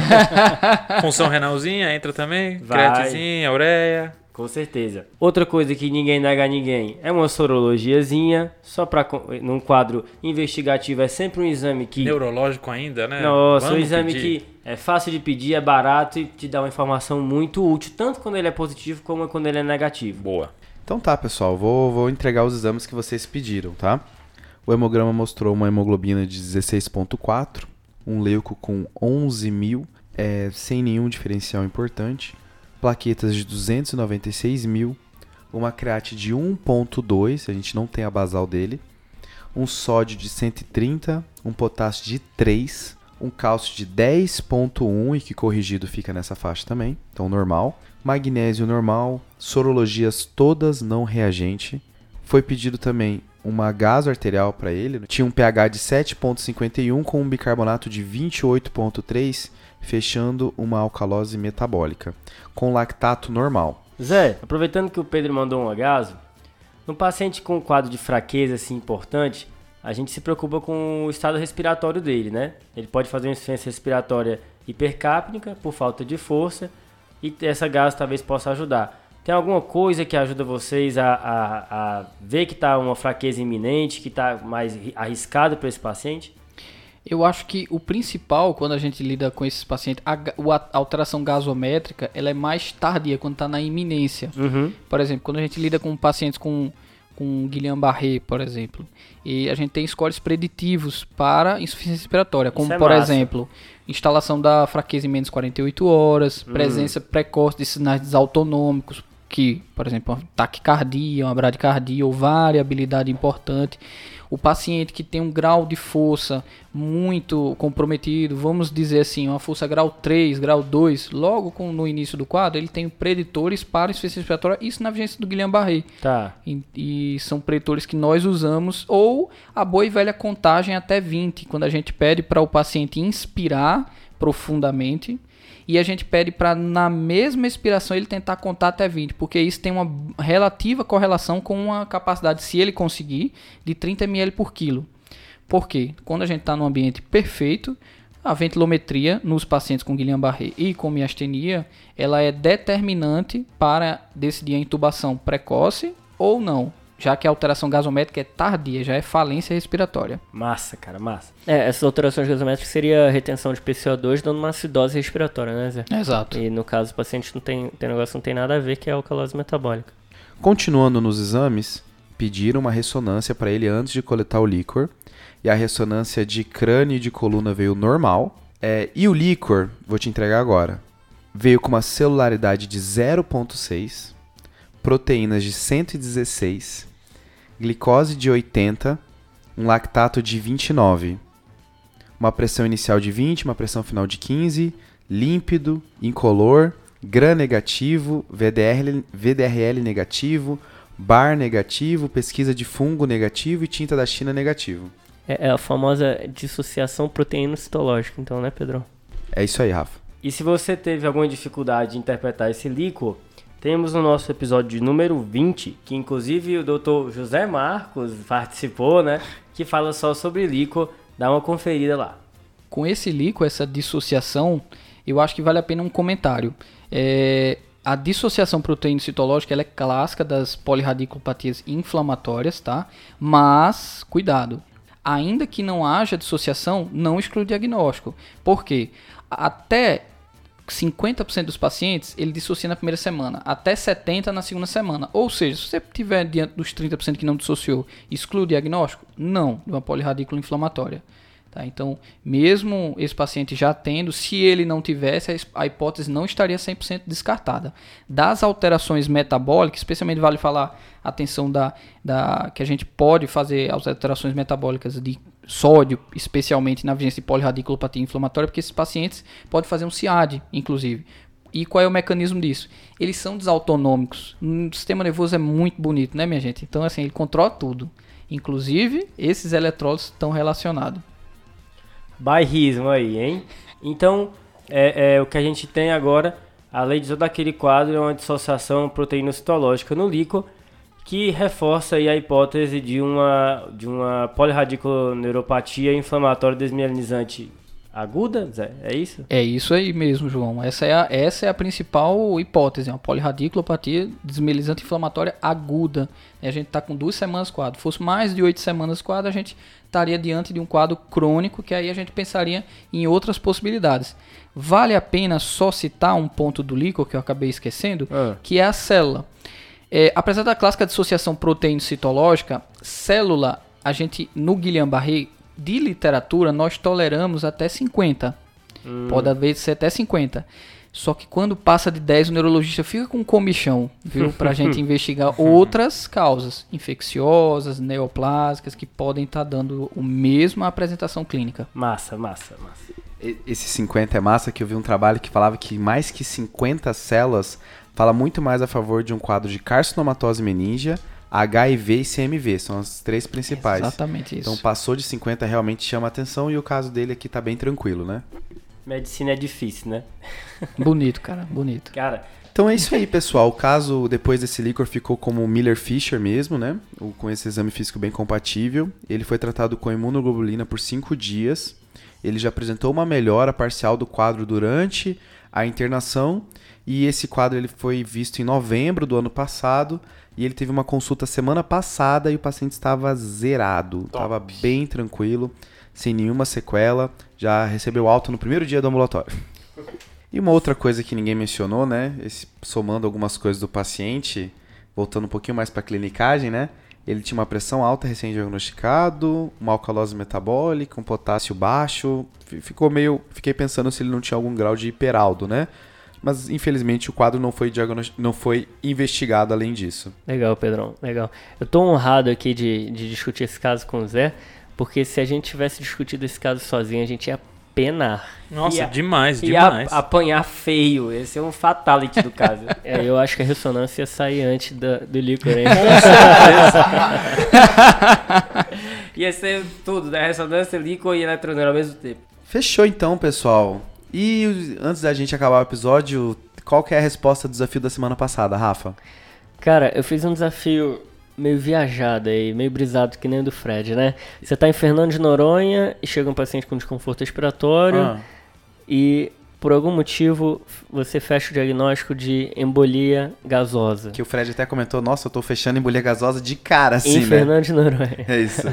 Função renalzinha entra também, Vai. creatinzinha, ureia. Com certeza. Outra coisa que ninguém nega a ninguém é uma sorologiazinha, só para num quadro investigativo é sempre um exame que... Neurológico ainda, né? Nossa, Vamos um exame pedir. que é fácil de pedir, é barato e te dá uma informação muito útil, tanto quando ele é positivo como quando ele é negativo. Boa. Então tá, pessoal, vou, vou entregar os exames que vocês pediram, tá? O hemograma mostrou uma hemoglobina de dezesseis vírgula quatro, um leuco com onze mil, é, sem nenhum diferencial importante, plaquetas de duzentos e noventa e seis mil, uma create de um vírgula dois, a gente não tem a basal dele, um sódio de cento e trinta, um potássio de três, um cálcio de dez vírgula um, e que corrigido fica nessa faixa também, então normal, magnésio normal, sorologias todas não reagente. Foi pedido também uma gaso arterial para ele, tinha um pH de sete vírgula cinquenta e um com um bicarbonato de vinte e oito vírgula três, fechando uma alcalose metabólica, com lactato normal. Zé, aproveitando que o Pedro mandou um agaso, no paciente com um quadro de fraqueza assim importante, a gente se preocupa com o estado respiratório dele, né? Ele pode fazer uma insuficiência respiratória hipercápnica por falta de força e essa gaso talvez possa ajudar. Tem alguma coisa que ajuda vocês a, a, a ver que está uma fraqueza iminente, que está mais arriscado para esse paciente? Eu acho que o principal, quando a gente lida com esses pacientes, a, a alteração gasométrica, ela é mais tardia, quando está na iminência. Uhum. Por exemplo, quando a gente lida com pacientes com, com Guillain-Barré, por exemplo, e a gente tem scores preditivos para insuficiência respiratória, como, é por massa. exemplo, instalação da fraqueza em menos de quarenta e oito horas, Hum. presença precoce de sinais desautonômicos, que, por exemplo, uma taquicardia, uma bradicardia ou variabilidade importante. O paciente que tem um grau de força muito comprometido, vamos dizer assim, uma força grau três, grau dois, logo com, no início do quadro, ele tem preditores para insuficiência respiratória, isso na vigência do Guillain-Barré. Tá. E, e são preditores que nós usamos, ou a boa e velha contagem até vinte, quando a gente pede para o paciente inspirar profundamente, e a gente pede para, na mesma expiração, ele tentar contar até vinte, porque isso tem uma relativa correlação com a capacidade, se ele conseguir, de trinta mililitros por quilo. Por quê? Quando a gente está num ambiente perfeito, a ventilometria nos pacientes com Guillain-Barré e com miastenia, ela é determinante para decidir a intubação precoce ou não, já que a alteração gasométrica é tardia, já é falência respiratória. Massa, cara, massa. É, essas alterações gasométricas seria a retenção de P C O dois dando uma acidose respiratória, né, Zé? Exato. E no caso, o paciente não tem, tem negócio, não tem nada a ver, que é a alcalose metabólica. Continuando nos exames, pediram uma ressonância para ele antes de coletar o líquor, e a ressonância de crânio e de coluna veio normal, é, e o líquor, vou te entregar agora, veio com uma celularidade de zero vírgula seis, proteínas de cento e dezesseis, glicose de oitenta, um lactato de vinte e nove, uma pressão inicial de vinte, uma pressão final de quinze, límpido, incolor, gram negativo, V D R, V D R L negativo, bar negativo, pesquisa de fungo negativo e tinta da China negativo. É, é a famosa dissociação proteíno-citológica, então, né, Pedro? É isso aí, Rafa. E se você teve alguma dificuldade de interpretar esse líquor, temos no nosso episódio de número vinte, que inclusive o doutor José Marcos participou, né? Que fala só sobre líquor. Dá uma conferida lá. Com esse líquor, essa dissociação, eu acho que vale a pena um comentário. É, a dissociação proteíno-citológica ela é clássica das polirradiculopatias inflamatórias, tá? Mas, cuidado, ainda que não haja dissociação, não exclui o diagnóstico. Por quê? Até cinquenta por cento dos pacientes, ele dissocia na primeira semana, até setenta por cento na segunda semana. Ou seja, se você estiver diante dos trinta por cento que não dissociou, exclui o diagnóstico? Não, de uma polirradícula inflamatória. Tá? Então, mesmo esse paciente já tendo, se ele não tivesse, a hipótese não estaria cem por cento descartada. Das alterações metabólicas, especialmente vale falar a atenção da, da, que a gente pode fazer as alterações metabólicas de sódio, especialmente na vigência de polirradiculopatia inflamatória, porque esses pacientes podem fazer um C I A D, inclusive. E qual é o mecanismo disso? Eles são desautonômicos. O sistema nervoso é muito bonito, né, minha gente? Então, assim, ele controla tudo. Inclusive, esses eletrólitos estão relacionados. Bairrismo aí, hein? Então, é, é, o que a gente tem agora, além de todo aquele quadro, é uma dissociação proteíno-citológica no líquor, que reforça aí a hipótese de uma, de uma polirradiculoneuropatia inflamatória desmielinizante aguda, Zé? É isso? É isso aí mesmo, João. Essa é a, essa é a principal hipótese, uma polirradiculopatia desmielinizante inflamatória aguda. E a gente está com duas semanas quadro. Se fosse mais de oito semanas quadro, a gente estaria diante de um quadro crônico, que aí a gente pensaria em outras possibilidades. Vale a pena só citar um ponto do líquor que eu acabei esquecendo, Ah. que é a célula. É, apesar da clássica dissociação proteíno-citológica, célula, a gente, no Guillain-Barré, de literatura, nós toleramos até cinquenta. Hum. Pode haver ser até cinquenta. Só que quando passa de dez, o neurologista fica com um comichão, viu? Pra gente investigar outras causas infecciosas, neoplásicas, que podem estar dando a mesma apresentação clínica. Massa, massa, massa. E- Esse cinquenta é massa, que eu vi um trabalho que falava que mais que cinquenta células fala muito mais a favor de um quadro de carcinomatose meníngea, H I V e C M V. São as três principais. Exatamente isso. Então passou de cinquenta realmente chama atenção e o caso dele aqui tá bem tranquilo, né? Medicina é difícil, né? Bonito, cara, bonito. Cara, Então é isso aí, pessoal. O caso depois desse líquor ficou como Miller-Fisher mesmo, né? O- Com esse exame físico bem compatível. Ele foi tratado com imunoglobulina por cinco dias. Ele já apresentou uma melhora parcial do quadro durante a internação. E esse quadro ele foi visto em novembro do ano passado. E ele teve uma consulta semana passada e o paciente estava zerado. Estava bem tranquilo, sem nenhuma sequela. Já recebeu alta no primeiro dia do ambulatório. E uma outra coisa que ninguém mencionou, né? Esse, somando algumas coisas do paciente, voltando um pouquinho mais para a clinicagem, né? Ele tinha uma pressão alta recém-diagnosticado, uma alcalose metabólica, um potássio baixo. F- Ficou meio, fiquei pensando se ele não tinha algum grau de hiperaldo, né? Mas infelizmente o quadro não foi, diagnosti- não foi investigado além disso. Legal, Pedrão, legal. Eu tô honrado aqui de, de discutir esse caso com o Zé, porque se a gente tivesse discutido esse caso sozinho, a gente ia penar. Nossa, Ia- demais, e demais. a- apanhar feio. Esse é um fatality do caso. É, eu acho que a ressonância ia sair antes da- do líquor, hein? Ia ser tudo, né? Ressonância, líquor e eletroneuro ao mesmo tempo. Fechou então, pessoal. E antes da gente acabar o episódio, qual que é a resposta do desafio da semana passada, Rafa? Cara, eu fiz um desafio meio viajado aí, meio brisado que nem o do Fred, né? Você tá em Fernando de Noronha e chega um paciente com desconforto respiratório Ah, e por algum motivo você fecha o diagnóstico de embolia gasosa. que o Fred até comentou, nossa, eu tô fechando embolia gasosa de cara, assim, em né? Fernando de Noronha. É isso.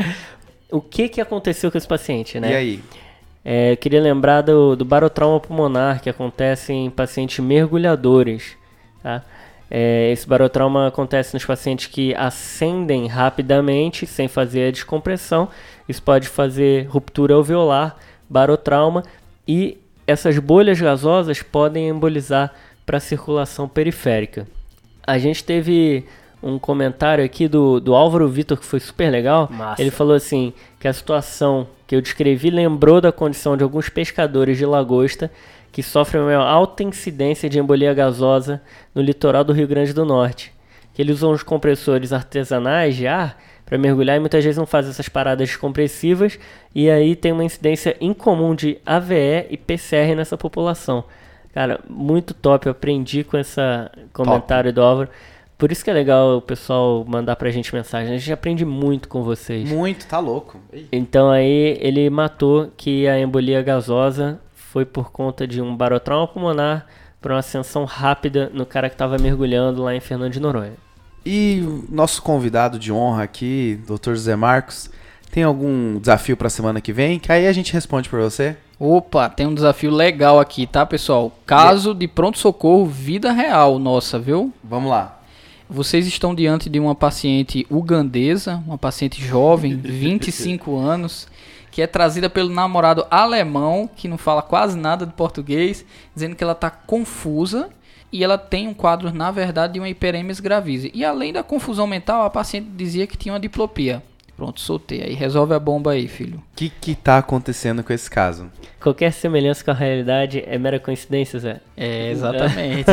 O que que aconteceu com esse paciente, né? E aí? É, eu queria lembrar do, do barotrauma pulmonar que acontece em pacientes mergulhadores, tá? É, esse barotrauma acontece nos pacientes que ascendem rapidamente sem fazer a descompressão. Isso pode fazer ruptura alveolar, barotrauma, e essas bolhas gasosas podem embolizar para a circulação periférica. A gente teve um comentário aqui do, do Álvaro Vitor que foi super legal. Massa. Ele falou assim que a situação que eu descrevi lembrou da condição de alguns pescadores de lagosta que sofrem uma alta incidência de embolia gasosa no litoral do Rio Grande do Norte. Que eles usam os compressores artesanais de ar para mergulhar e muitas vezes não fazem essas paradas descompressivas, e aí tem uma incidência incomum de A V E e P C R nessa população. Cara, muito top, eu aprendi com esse comentário do Álvaro. Por isso que é legal o pessoal mandar pra gente mensagem, a gente aprende muito com vocês. Muito, tá louco. Ih. Então aí ele matou que a embolia gasosa foi por conta de um barotrauma pulmonar por uma ascensão rápida no cara que estava mergulhando lá em Fernando de Noronha. E o nosso convidado de honra aqui, doutor José Marcos, tem algum desafio pra semana que vem? Que aí a gente responde pra você. Opa, tem um desafio legal aqui, tá, pessoal? Caso de pronto-socorro, vida real nossa, viu? Vamos lá. Vocês estão diante de uma paciente ugandesa, uma paciente jovem, vinte e cinco anos, que é trazida pelo namorado alemão, que não fala quase nada de português, dizendo que ela está confusa e ela tem um quadro, na verdade, de uma hiperêmese gravise. E além da confusão mental, a paciente dizia que tinha uma diplopia. Pronto, soltei. Aí resolve a bomba aí, filho. O que que tá acontecendo com esse caso? Qualquer semelhança com a realidade é mera coincidência, Zé? É, exatamente.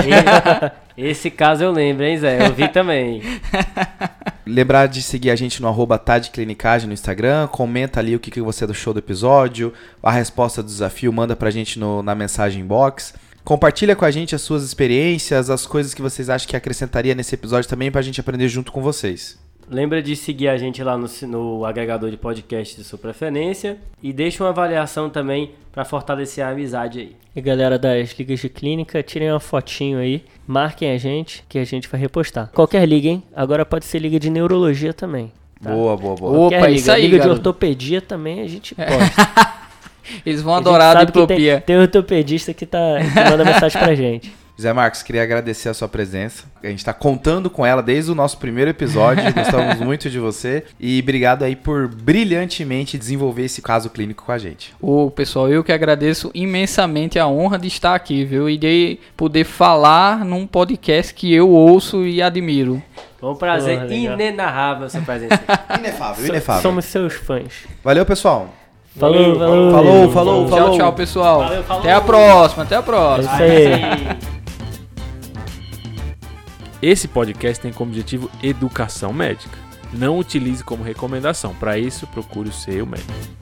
Esse caso eu lembro, hein, Zé? Eu vi também. Lembrar de seguir a gente no arroba Tadclinicagem no Instagram, comenta ali o que, que você achou do episódio, a resposta do desafio, manda pra gente no, na mensagem box. Compartilha com a gente as suas experiências, as coisas que vocês acham que acrescentaria nesse episódio também pra gente aprender junto com vocês. Lembra de seguir a gente lá no, no agregador de podcast de sua preferência e deixa uma avaliação também para fortalecer a amizade aí. E galera das ligas de clínica, tirem uma fotinho aí, marquem a gente que a gente vai repostar. Qualquer liga, hein? Agora pode ser liga de neurologia também. Tá? Boa, boa, boa. Qualquer Opa, liga, isso aí, liga de garoto. ortopedia também a gente posta. Eles vão A gente adorar a sabe que diplopia. Tem, tem ortopedista que, tá, que manda mensagem pra gente. Zé Marcos, queria agradecer a sua presença. A gente tá contando com ela desde o nosso primeiro episódio. Gostamos muito de você. E obrigado aí por brilhantemente desenvolver esse caso clínico com a gente. Ô, pessoal, eu que agradeço imensamente a honra de estar aqui, viu? E de poder falar num podcast que eu ouço e admiro. Foi um prazer Porra, legal. inenarrável sua presença. Inefável, inefável. Somos seus fãs. Valeu, pessoal. Falou, falou. Falou, falou, Tchau, falou. tchau, pessoal. Valeu, falou. Até a próxima, até a É próxima. isso aí. Esse podcast tem como objetivo educação médica. Não utilize como recomendação. Para isso, procure o seu médico.